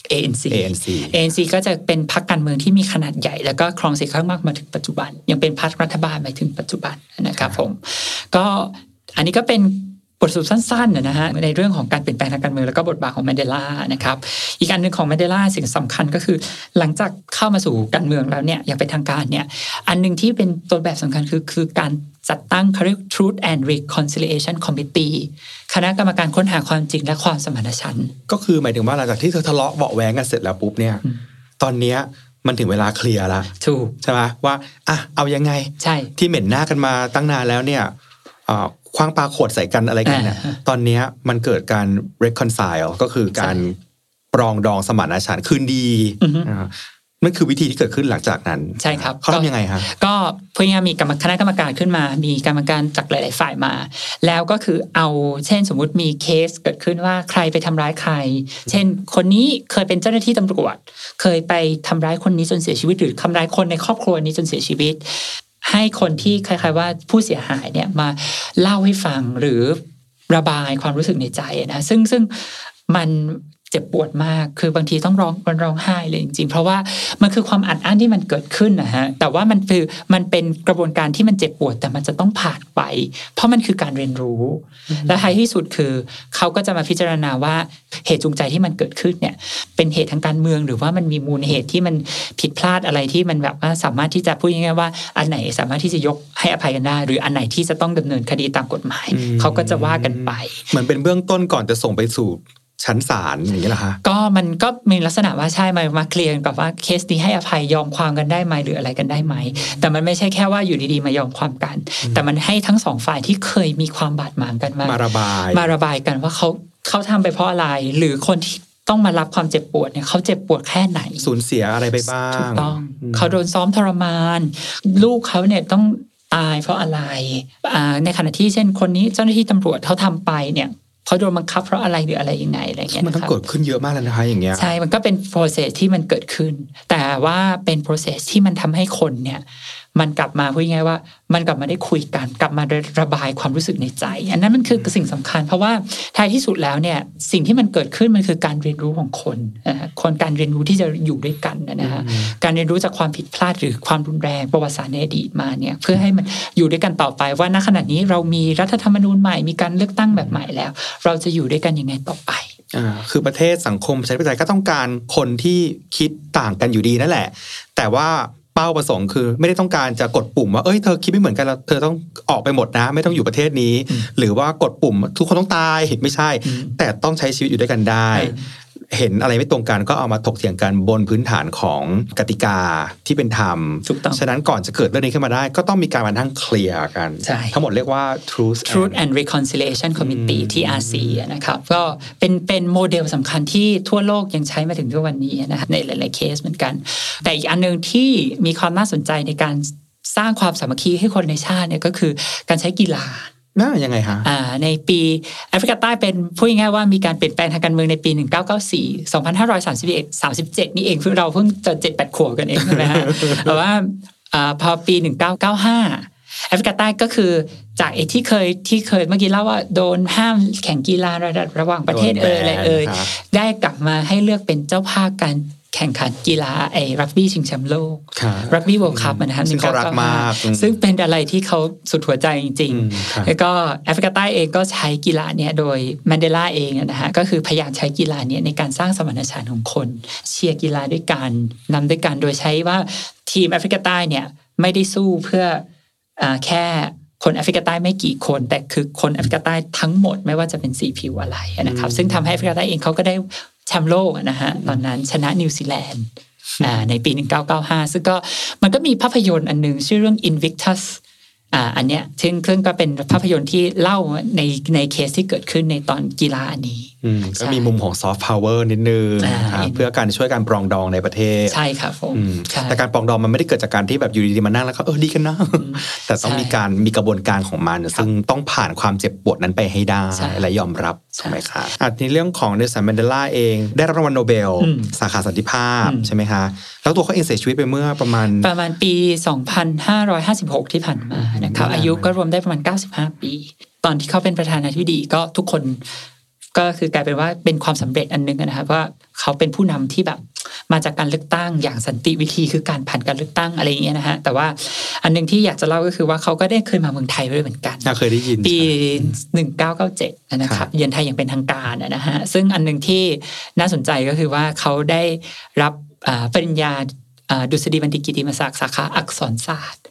ANC ก็จะเป็นพรรคการเมืองที่มีขนาดใหญ่แล้วก็ครองเสียงข้างมากมาถึงปัจจุบันยังเป็นพรรครัฐบาลมาถึงปัจจุบันนะครับผมก็อันนี้ก็เป็นบทสรุปสั้นๆนะฮะในเรื่องของการเปลี่ยนแปลงทางการเมืองแล้วก็บทบาทของแมนเดลานะครับอีกอันหนึ่งของแมนเดลาสิ่งสำคัญก็คือหลังจากเข้ามาสู่การเมืองแล้วเนี่ยอย่างเป็นทางการเนี่ยอันนึงที่เป็นตัวแบบสำคัญคือการจัดตั้งเขาเรียก Truth and Reconciliation Committee คณะกรรมการค้นหาความจริงและความสมานฉันท์ก็คือหมายถึงว่าหลังจากที่เธอทะเลาะเบาะแว้งกันเสร็จแล้วปุ๊บเนี่ยตอนนี้มันถึงเวลาเคลียร์แล้วถูกใช่ไหมว่าเอายังไงใช่ที่เหม็นหน้ากันมาตั้งนานแล้วเนี่ยคว้างปลาขวดใส่กันอะไรกันเนี่ยตอนนี้มันเกิดการ reconcile ก็คือการปรองดองสมานฉันท์คืนดีนั่นคือวิธีที่เกิดขึ้นหลังจากนั้นใช่ครับเขาทำยังไงครับก็เพื่อมีคณะกรรมการขึ้นมามีกรรมการจากหลายๆฝ่ายมาแล้วก็คือเอาเช่นสมมุติมีเคสเกิดขึ้นว่าใครไปทำร้ายใครเช่นคนนี้เคยเป็นเจ้าหน้าที่ตำรวจเคยไปทำร้ายคนนี้จนเสียชีวิตหรือทำร้ายคนในครอบครัวนี้จนเสียชีวิตให้คนที่คล้ายๆว่าผู้เสียหายเนี่ยมาเล่าให้ฟังหรือระบายความรู้สึกในใจนะซึ่งมันเจ็บปวดมากคือบางทีต้องร้องไห้เลยจริงๆเพราะว่ามันคือความอัดอั้นที่มันเกิดขึ้นนะฮะแต่ว่ามันเป็นกระบวนการที่มันเจ็บปวดแต่มันจะต้องผ่านไปเพราะมันคือการเรียนรู้และท้ายที่สุดคือเขาก็จะมาพิจารณาว่าเหตุจูงใจที่มันเกิดขึ้นเนี่ยเป็นเหตุทางการเมืองหรือว่ามันมีมูลเหตุที่มันผิดพลาดอะไรที่มันแบบว่าสามารถที่จะพูดง่ายๆว่าอันไหนสามารถที่จะยกให้อภัยกันได้หรืออันไหนที่จะต้องดำเนินคดีตามกฎหมายเขาก็จะว่ากันไปเหมือนเป็นเบื้องต้นก่อนจะส่งไปสู่ชั้นศาลอย่างนี้เหรอคะก็มันก็มีลักษณะว่าใช่มาเคลียร์กับว่าเคสนี้ให้อภัยยอมความกันได้ไหมหรืออะไรกันได้ไหมแต่มันไม่ใช่แค่ว่าอยู่ดีๆมายอมความกันแต่มันให้ทั้งสองฝ่ายที่เคยมีความบาดหมางกันมาระบายกันว่าเขาทำไปเพราะอะไรหรือคนที่ต้องมารับความเจ็บปวดเนี่ยเขาเจ็บปวดแค่ไหนสูญเสียอะไรไปบ้างถูกต้องเขาโดนซ้อมทรมานลูกเขาเนี่ยต้องตายเพราะอะไรในขณะที่เช่นคนนี้เจ้าหน้าที่ตำรวจเขาทำไปเนี่ยเขาโดนบังคับเพราะอะไรหรืออะไรยังไงอะไรเงี้ยมันต้องเกิดขึ้นเยอะมากเลยนะคะอย่างเงี้ยใช่มันก็เป็น process ที่มันเกิดขึ้นแต่ว่าเป็น process ที่มันทำให้คนเนี่ยมันกลับมาพูดง่ายๆว่ามันกลับมาได้คุยกันกลับมาระบายความรู้สึกในใจอันนั้นมันคือสิ่งสำคัญเพราะว่าท้ายที่สุดแล้วเนี่ยสิ่งที่มันเกิดขึ้นมันคือการเรียนรู้ของคนการเรียนรู้ที่จะอยู่ด้วยกันนะฮะการเรียนรู้จากความผิดพลาดหรือความรุนแรงประวัติศาสตร์ในอดีตมาเนี่ยเพื่อให้มันอยู่ด้วยกันต่อไปว่าณขณะนี้เรามีรัฐธรรมนูญใหม่มีการเลือกตั้งแบบใหม่แล้วเราจะอยู่ด้วยกันยังไงต่อไปคือประเทศสังคมประชาธิปไตยก็ต้องการคนที่คิดต่างกันอยู่ดีนั่นแหละแต่ว่าเป้าประสงค์คือไม่ได้ต้องการจะกดปุ่มว่าเธอคิดไม่เหมือนกันแล้วเธอต้องออกไปหมดนะไม่ต้องอยู่ประเทศนี้หรือว่ากดปุ่มทุกคนต้องตายไม่ใช่แต่ต้องใช้ชีวิตอยู่ด้วยกันได้เห็นอะไรไม่ตรงกันก็เอามาถกเถียงกันบนพื้นฐานของกติกาที่เป็นธรรมฉะนั้นก่อนจะเกิดเรื่องนี้ขึ้นมาได้ก็ต้องมีการมานั่งเคลียร์กันทั้งหมดเรียกว่า Truth and Reconciliation Committee TRC นะครับก็เป็นโมเดลสำคัญที่ทั่วโลกยังใช้มาถึงทุกวันนี้นะครับในหลายๆเคสเหมือนกันแต่อีกอันนึงที่มีความน่าสนใจในการสร้างความสามัคคีให้คนในชาติเนี่ยก็คือการใช้กีฬายังไงฮะในปีแอฟริกาใต้เป็นพูดง่ายๆว่ามีการเปลี่ยนแปลงทางการเมืองในปี1994 2531 37นี่เองเราเพิ่งจะ 7-8 ขวบกันเองใช่ไหมฮะแต่ว่าพอปี1995แอฟริกาใต้ก็คือจากที่เคยเมื่อกี้เล่าว่าโดนห้ามแข่งกีฬาระหว่างประเทศอะไรได้กลับมาให้เลือกเป็นเจ้าภาพการแข่งขันกีฬารักบี้ชิงแชมป์โลกรักบี้เวิลด์คัพนะครับซึ่งเขารักมากซึ่งเป็นอะไรที่เขาสุดหัวใจจริงๆแล้วก็แอฟริกาใต้เองก็ใช้กีฬาเนี้ยโดยแมนเดลาเองนะฮะก็คือพยายามใช้กีฬาเนี้ยในการสร้างสมานฉันท์ของคนเชียร์กีฬาด้วยกันนำด้วยกันโดยใช้ว่าทีมแอฟริกาใต้เนี่ยไม่ได้สู้เพื่อแค่คนแอฟริกาใต้ไม่กี่คนแต่คือคนแอฟริกาใต้ทั้งหมดไม่ว่าจะเป็นสีผิวอะไรนะครับซึ่งทำให้แอฟริกาใต้เองเขาก็ได้แชมป์โลกนะฮะตอนนั้นชนะนิวซีแลนด์ในปี1995ซึ่งก็มันก็มีภาพยนตร์อันนึงชื่อเรื่อง Invictus อันเนี้ยซึ่งก็เป็นภาพยนตร์ที่เล่าในเคสที่เกิดขึ้นในตอนกีฬาอันนี้ก็มีมุมของซอฟต์พาวเวอร์นิดนึงเพื่อการช่วยการปรองดองในประเทศใช่ครับผมแต่การปรองดองมันไม่ได้เกิดจากการที่แบบอยู่ดีๆมานั่งแล้วก็ดีกันนะแต่ต้องมีกระบวนการของมันซึ่งต้องผ่านความเจ็บปวดนั้นไปให้ได้และยอมรับใช่ไหมครับในเรื่องของเนลสัน แมนเดลาเองได้รับรางวัลโนเบลสาขาสันติภาพใช่ไหมคะแล้วตัวเขาเองเสียชีวิตไปเมื่อประมาณปี 2556 ที่ผ่านมานะครับอายุก็รวมได้ประมาณ95 ปีตอนที่เขาเป็นประธานาธิบดีก็ทุกคนก็คือกลายเป็นว่าเป็นความสำเร็จอันนึงนะครับว่าเขาเป็นผู้นำที่แบบมาจากการเลือกตั้งอย่างสันติวิธีคือการผ่านการเลือกตั้งอะไรอย่างเงี้ยนะฮะแต่ว่าอันนึงที่อยากจะเล่าก็คือว่าเขาก็ได้เคยมาเมืองไทยด้วยเหมือนกันเคยได้ยินปี1997นะครับเยือนไทยอย่างเป็นทางการนะฮะซึ่งอันนึงที่น่าสนใจก็คือว่าเขาได้รับปริญญาดุษฎีบัณฑิตกิตติมศักดิ์สาขาอักษรศาสตร์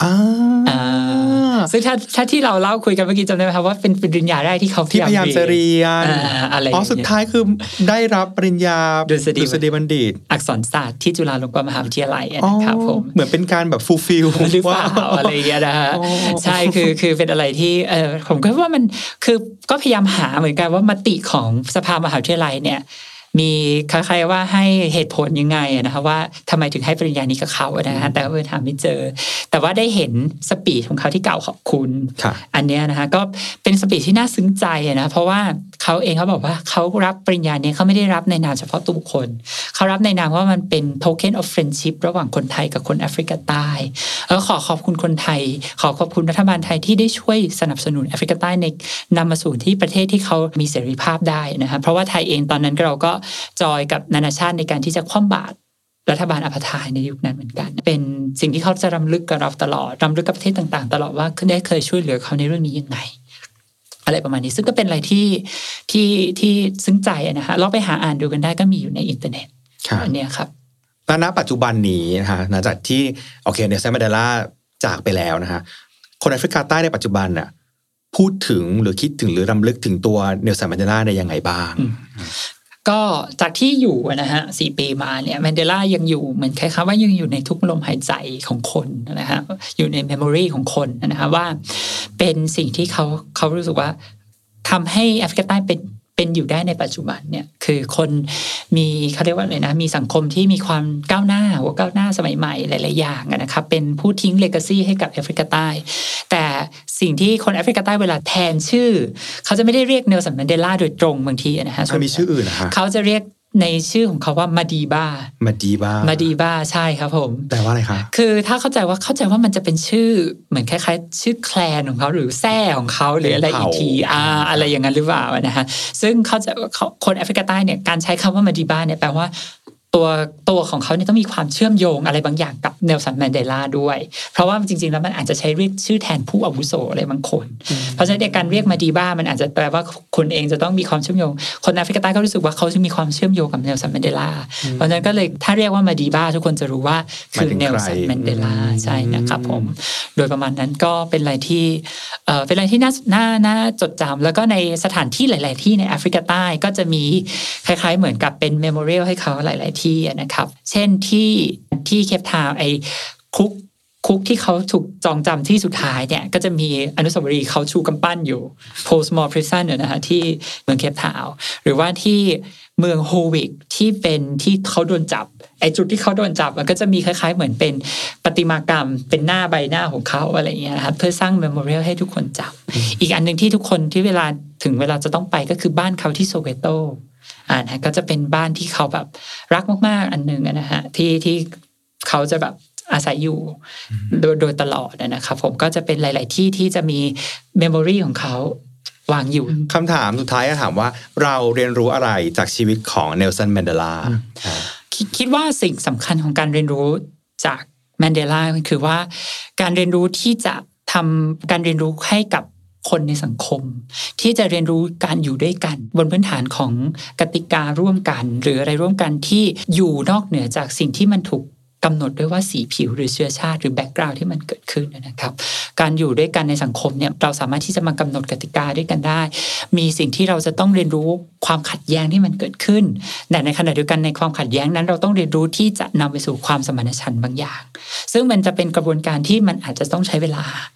ซึ่งถ้าที่เราเล่าคุยกันเมื่อกี้จำได้ไหมครับว่าเป็นปริญญาแรกที่เขาพยายามจะเรียนอะไรสุดท้ายคือได้รับปริญญาดุษฎีบัณฑิตอักษรศาสตร์ที่จุฬาลงกรณ์มหาวิทยาลัยนะครับผมเหมือนเป็นการแบบฟูลฟิลหรือเปล่าอะไรอย่างเงี้ยนะฮะใช่คือเป็นอะไรที่ผมก็ว่ามันคือก็พยายามหาเหมือนกันว่ามติของสภามหาวิทยาลัยเนี่ยมีคล้ายๆว่าให้เหตุผลยังไงนะคะว่าทำไมถึงให้ปริญญานี้กับเขานะฮะแต่ว่าถามไม่เจอแต่ว่าได้เห็นสปีชของเขาที่กล่าวขอบคุณอันนี้นะคะก็เป็นสปีชที่น่าซึ้งใจนะเพราะว่าเขาเองเขาบอกว่าเขารับปริญญานี้เขาไม่ได้รับในนามเฉพาะตัวบุคคลเขารับในนามว่ามันเป็น token of friendship ระหว่างคนไทยกับคนแอฟริกาใต้ขอขอบคุณคนไทยขอขอบคุณรัฐบาลไทยที่ได้ช่วยสนับสนุนแอฟริกาใต้ในนำมาสู่ที่ประเทศที่เขามีเสรีภาพได้นะคะเพราะว่าไทยเองตอนนั้นเราก็จอยกับนานาชาติในการที่จะคว่ำบาตรรัฐบาลอัปไตยในยุคนั้นเหมือนกันเป็นสิ่งที่เขาจะรำลึกกับเราตลอดรำลึกกับประเทศต่างๆตลอดว่าได้เคยช่วยเหลือเขาในเรื่องนี้ยังไงอะไรประมาณนี้ซึ่งก็เป็นอะไรที่ซึ้งใจนะฮะลองไปหาอ่านดูกันได้ก็มีอยู่ในอินเทอร์เน็ตอันนี้ครับณปัจจุบันนี้นะคะหลังจากที่เนลสัน แมนเดลาจากไปแล้วนะฮะคนแอฟริกาใต้ในปัจจุบันน่ะพูดถึงหรือคิดถึงหรือรำลึกถึงตัวเนลสัน แมนเดลาในยังไงบ้างก็จากที่อยู่นะฮะ4 ปีมาเนี่ยแมนเดลายังอยู่เหมือนคล้ายๆว่ายังอยู่ในทุกลมหายใจของคนนะฮะอยู่ในเมมโมรีของคนนะฮะว่าเป็นสิ่งที่เขารู้สึกว่าทำให้แอฟริกาใต้เป็นอยู่ได้ในปัจจุบันเนี่ยคือคนมีเขาเรียกว่าอะไรนะมีสังคมที่มีความก้าวหน้าหัวก้าวหน้าสมัยใหม่หลายๆอย่างนะครับเป็นผู้ทิ้งเลกาซีให้กับแอฟริกาใต้แต่สิ่งที่คนแอฟริกาใต้เวลาแทนชื่อเขาจะไม่ได้เรียกเนลสัน แมนเดลาโดยตรงบางทีนะฮะเขามีชื่ออื่นนะฮะเขาจะเรียกในชื่อของเขาว่ามาดีบ้าใช่ครับผมแปลว่าอะไรคะคือถ้าเข้าใจว่ามันจะเป็นชื่อเหมือนคล้ายๆชื่อแคลนของเขาหรือแท้ของเขาหรืออะไรอีกทีอะไรอย่างนั้นหรือเปล่านะฮะซึ่งเขาจะคนแอฟริกาใต้เนี่ยการใช้คำว่ามาดีบ้าเนี่ยแปลว่าตัวของเขาเนี่ยต้องมีความเชื่อมโยงอะไรบางอย่างกับเนลสัน แมนเดลาด้วยเพราะว่าจริงๆแล้วมันอาจจะใช้เรียกชื่อแทนผู้อาวุโสอะไรบางคนเพราะฉะนั้นในการเรียกมาดีบ้ามันอาจจะแปลว่าคุณเองจะต้องมีความเชื่อมโยงคนแอฟริกาใต้ก็รู้สึกว่าเขาจะมีความเชื่อมโยงกับเนลสัน แมนเดลาเพราะฉะนั้นก็เลยถ้าเรียกว่ามาดีบ้าทุกคนจะรู้ว่าคือเนลสัน แมนเดลาใช่นะครับผมโดยประมาณนั้นก็เป็นอะไรที่น่าจดจำแล้วก็ในสถานที่หลายๆที่ในแอฟริกาใต้ก็จะมีคล้ายๆเหมือนกับเป็นเมมโมเรียลให้เขาหลายๆที่นะครับเช่นที่เคปทาวน์ไอ้คุกที่เขาถูกจองจำที่สุดท้ายเนี่ยก็จะมีอนุสาวรีย์เขาชูกำปั้นอยู่ Portsmouth Prison นะฮะที่เมืองเคปทาวน์หรือว่าที่เมืองโฮวิกที่เป็นที่เขาโดนจับไอ้จุดที่เขาโดนจับมันก็จะมีคล้ายๆเหมือนเป็นประติมากรรมเป็นหน้าใบหน้าของเขาอะไรอย่างเงี้ยนะครับเพื่อสร้างเมมโมเรียลให้ทุกคนจำอีกอันนึงที่ทุกคนที่เวลาถึงเวลาจะต้องไปก็คือบ้านเขาที่โซเวโตนะก็จะเป็นบ้านที่เขาแบบรักมากๆอันนึงนะฮะที่เขาจะแบบอาศัยอยู่โดยตลอดนะครับผมก็จะเป็นหลายๆที่จะมีเมมโมรีของเขาวางอยู่คำถามสุดท้ายถามว่าเราเรียนรู้อะไรจากชีวิตของเนลสัน แมนเดลาคิดว่าสิ่งสำคัญของการเรียนรู้จากแมนเดลาคือว่าการเรียนรู้ที่จะทำการเรียนรู้ให้กับคนในสังคมที่จะเรียนรู้การอยู่ด้วยกันบนพื้นฐานของกติการ่วมกันหรืออะไรร่วมกันที่อยู่นอกเหนือจากสิ่งที่มันถูกกำหนดด้วยว่าสีผิวหรือเชื้อชาติหรือแบ็กกราวด์ที่มันเกิดขึ้นนะครับการอยู่ด้วยกันในสังคมเนี่ยเราสามารถที่จะมากำหนดกติกาด้วยกันได้มีสิ่งที่เราจะต้องเรียนรู้ความขัดแย้งที่มันเกิดขึ้นแต่ในขณะเดียวกันในความขัดแย้งนั้นเราต้องเรียนรู้ที่จะนำไปสู่ความสมานฉันท์บางอย่างซึ่งมันจะเป็นกระบวนการที่มันอาจจะต้องใช้เวลา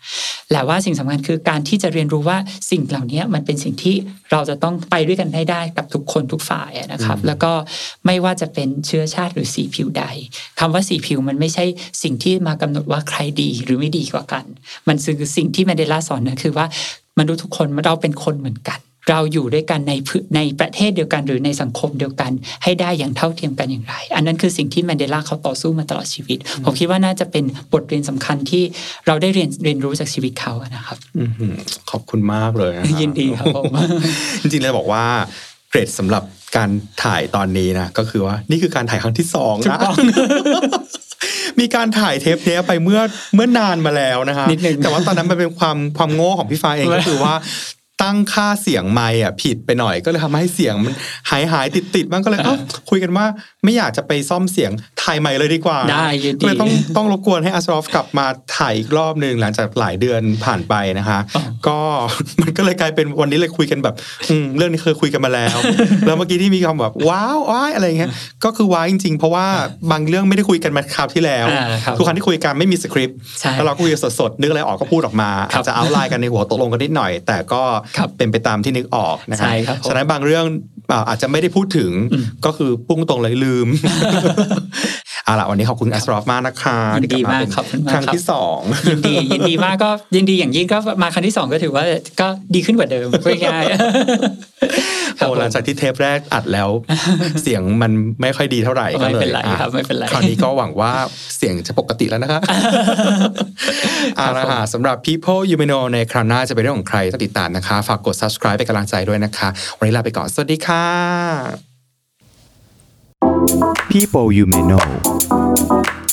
และว่าสิ่งสำคัญคือการที่จะเรียนรู้ว่าสิ่งเหล่านี้มันเป็นสิ่งที่เราจะต้องไปด้วยกันได้กับทุกคนทุกฝ่ายนะครับแล้วก็ไม่ว่าจะเป็นเชื้อชาติหรือสีผิวใดคำว่าสีผิวมันไม่ใช่สิ่งที่มากำหนดว่าใครดีหรือไม่ดีกว่ากันมันคือสิ่งที่แมนเดลาสอนนะคือว่ามนุษย์ทุกคนเราเป็นคนเหมือนกันเราอยู่ด้วยกันในประเทศเดียวกันหรือในสังคมเดียวกันให้ได้อย่างเท่าเทียมกันอย่างไรอันนั้นคือสิ่งที่แมนเดลาเขาต่อสู้มาตลอดชีวิตผมคิดว่าน่าจะเป็นบทเรียนสำคัญที่เราได้เรียนรู้จากชีวิตเขานะครับขอบคุณมากเลยยินดีครับผมจริงๆเลยบอกว่าเกรดสำหรับการถ่ายตอนนี้นะก็คือว่านี่คือการถ่ายครั้งที่2นะ มีการถ่ายเทปนี้ไปเมื่อนานมาแล้วนะคะแต่ว่าตอนนั้นมันเป็นความโง่ของพี่ฟ้าเองก็คือว่าตั้งค่าเสียงไมค์ผิดไปหน่อยก็เลยทำให้เสียงมันหายติดบ้างก็เลยคุยกันว่าไม่อยากจะไปซ่อมเสียงถ่ายใหม่เลยดีกว่าได้ก็เลยต้องรบกวนให้อัสรอฟกลับมาถ่ายอีกรอบนึงหลังจากหลายเดือนผ่านไปนะคะก็มันก็เลยกลายเป็นวันนี้เลยคุยกันแบบเรื่องนี้เคยคุยกันมาแล้วแล้วเมื่อกี้ที่มีคำแบบว้าวอะไรเงี้ยก็คือว้าวจริงๆเพราะว่าบางเรื่องไม่ได้คุยกันมาคราวที่แล้วทุกครั้งที่คุยกันไม่มีสคริปต์แล้วเราคุยสดๆนึกอะไรออกก็พูดออกมาอาจจะเอาไลน์กันในหัวตกลงกันนิดหน่อยแต่ก็เป็นไปตามที่นึกออกนะครับฉะนั้นบางเรื่องอาจจะไม่ได้พูดถึงก็คือพุ่งตรงเลยลืมเอาล่ะวันนี้ขอบคุณอัสรอฟมากนะคะยินดีมากขอบคุณมากครั้งที่2 ยินดีมากก็ยินดีอย่างยิ่งก็มาครั้งที่2ก็ถือว่าก็ดีขึ้นกว่าเดิมง่ายๆหลังจากที่เทปแรกอัดแล้วเสียงมันไม่ค่อยดีเท่าไหร่ก็เลยไม่เป็นไรคราวนี้ก็หวังว่าเสียงจะปกติแล้วนะคะเอาล่ะสำหรับ People You May Know ในคราวหน้าจะเป็นเรื่องของใครต้องติดตามนะคะฝากกด subscribe เป็นกำลังใจด้วยนะคะวันนี้ลาไปก่อนสวัสดีค่ะ People You May Know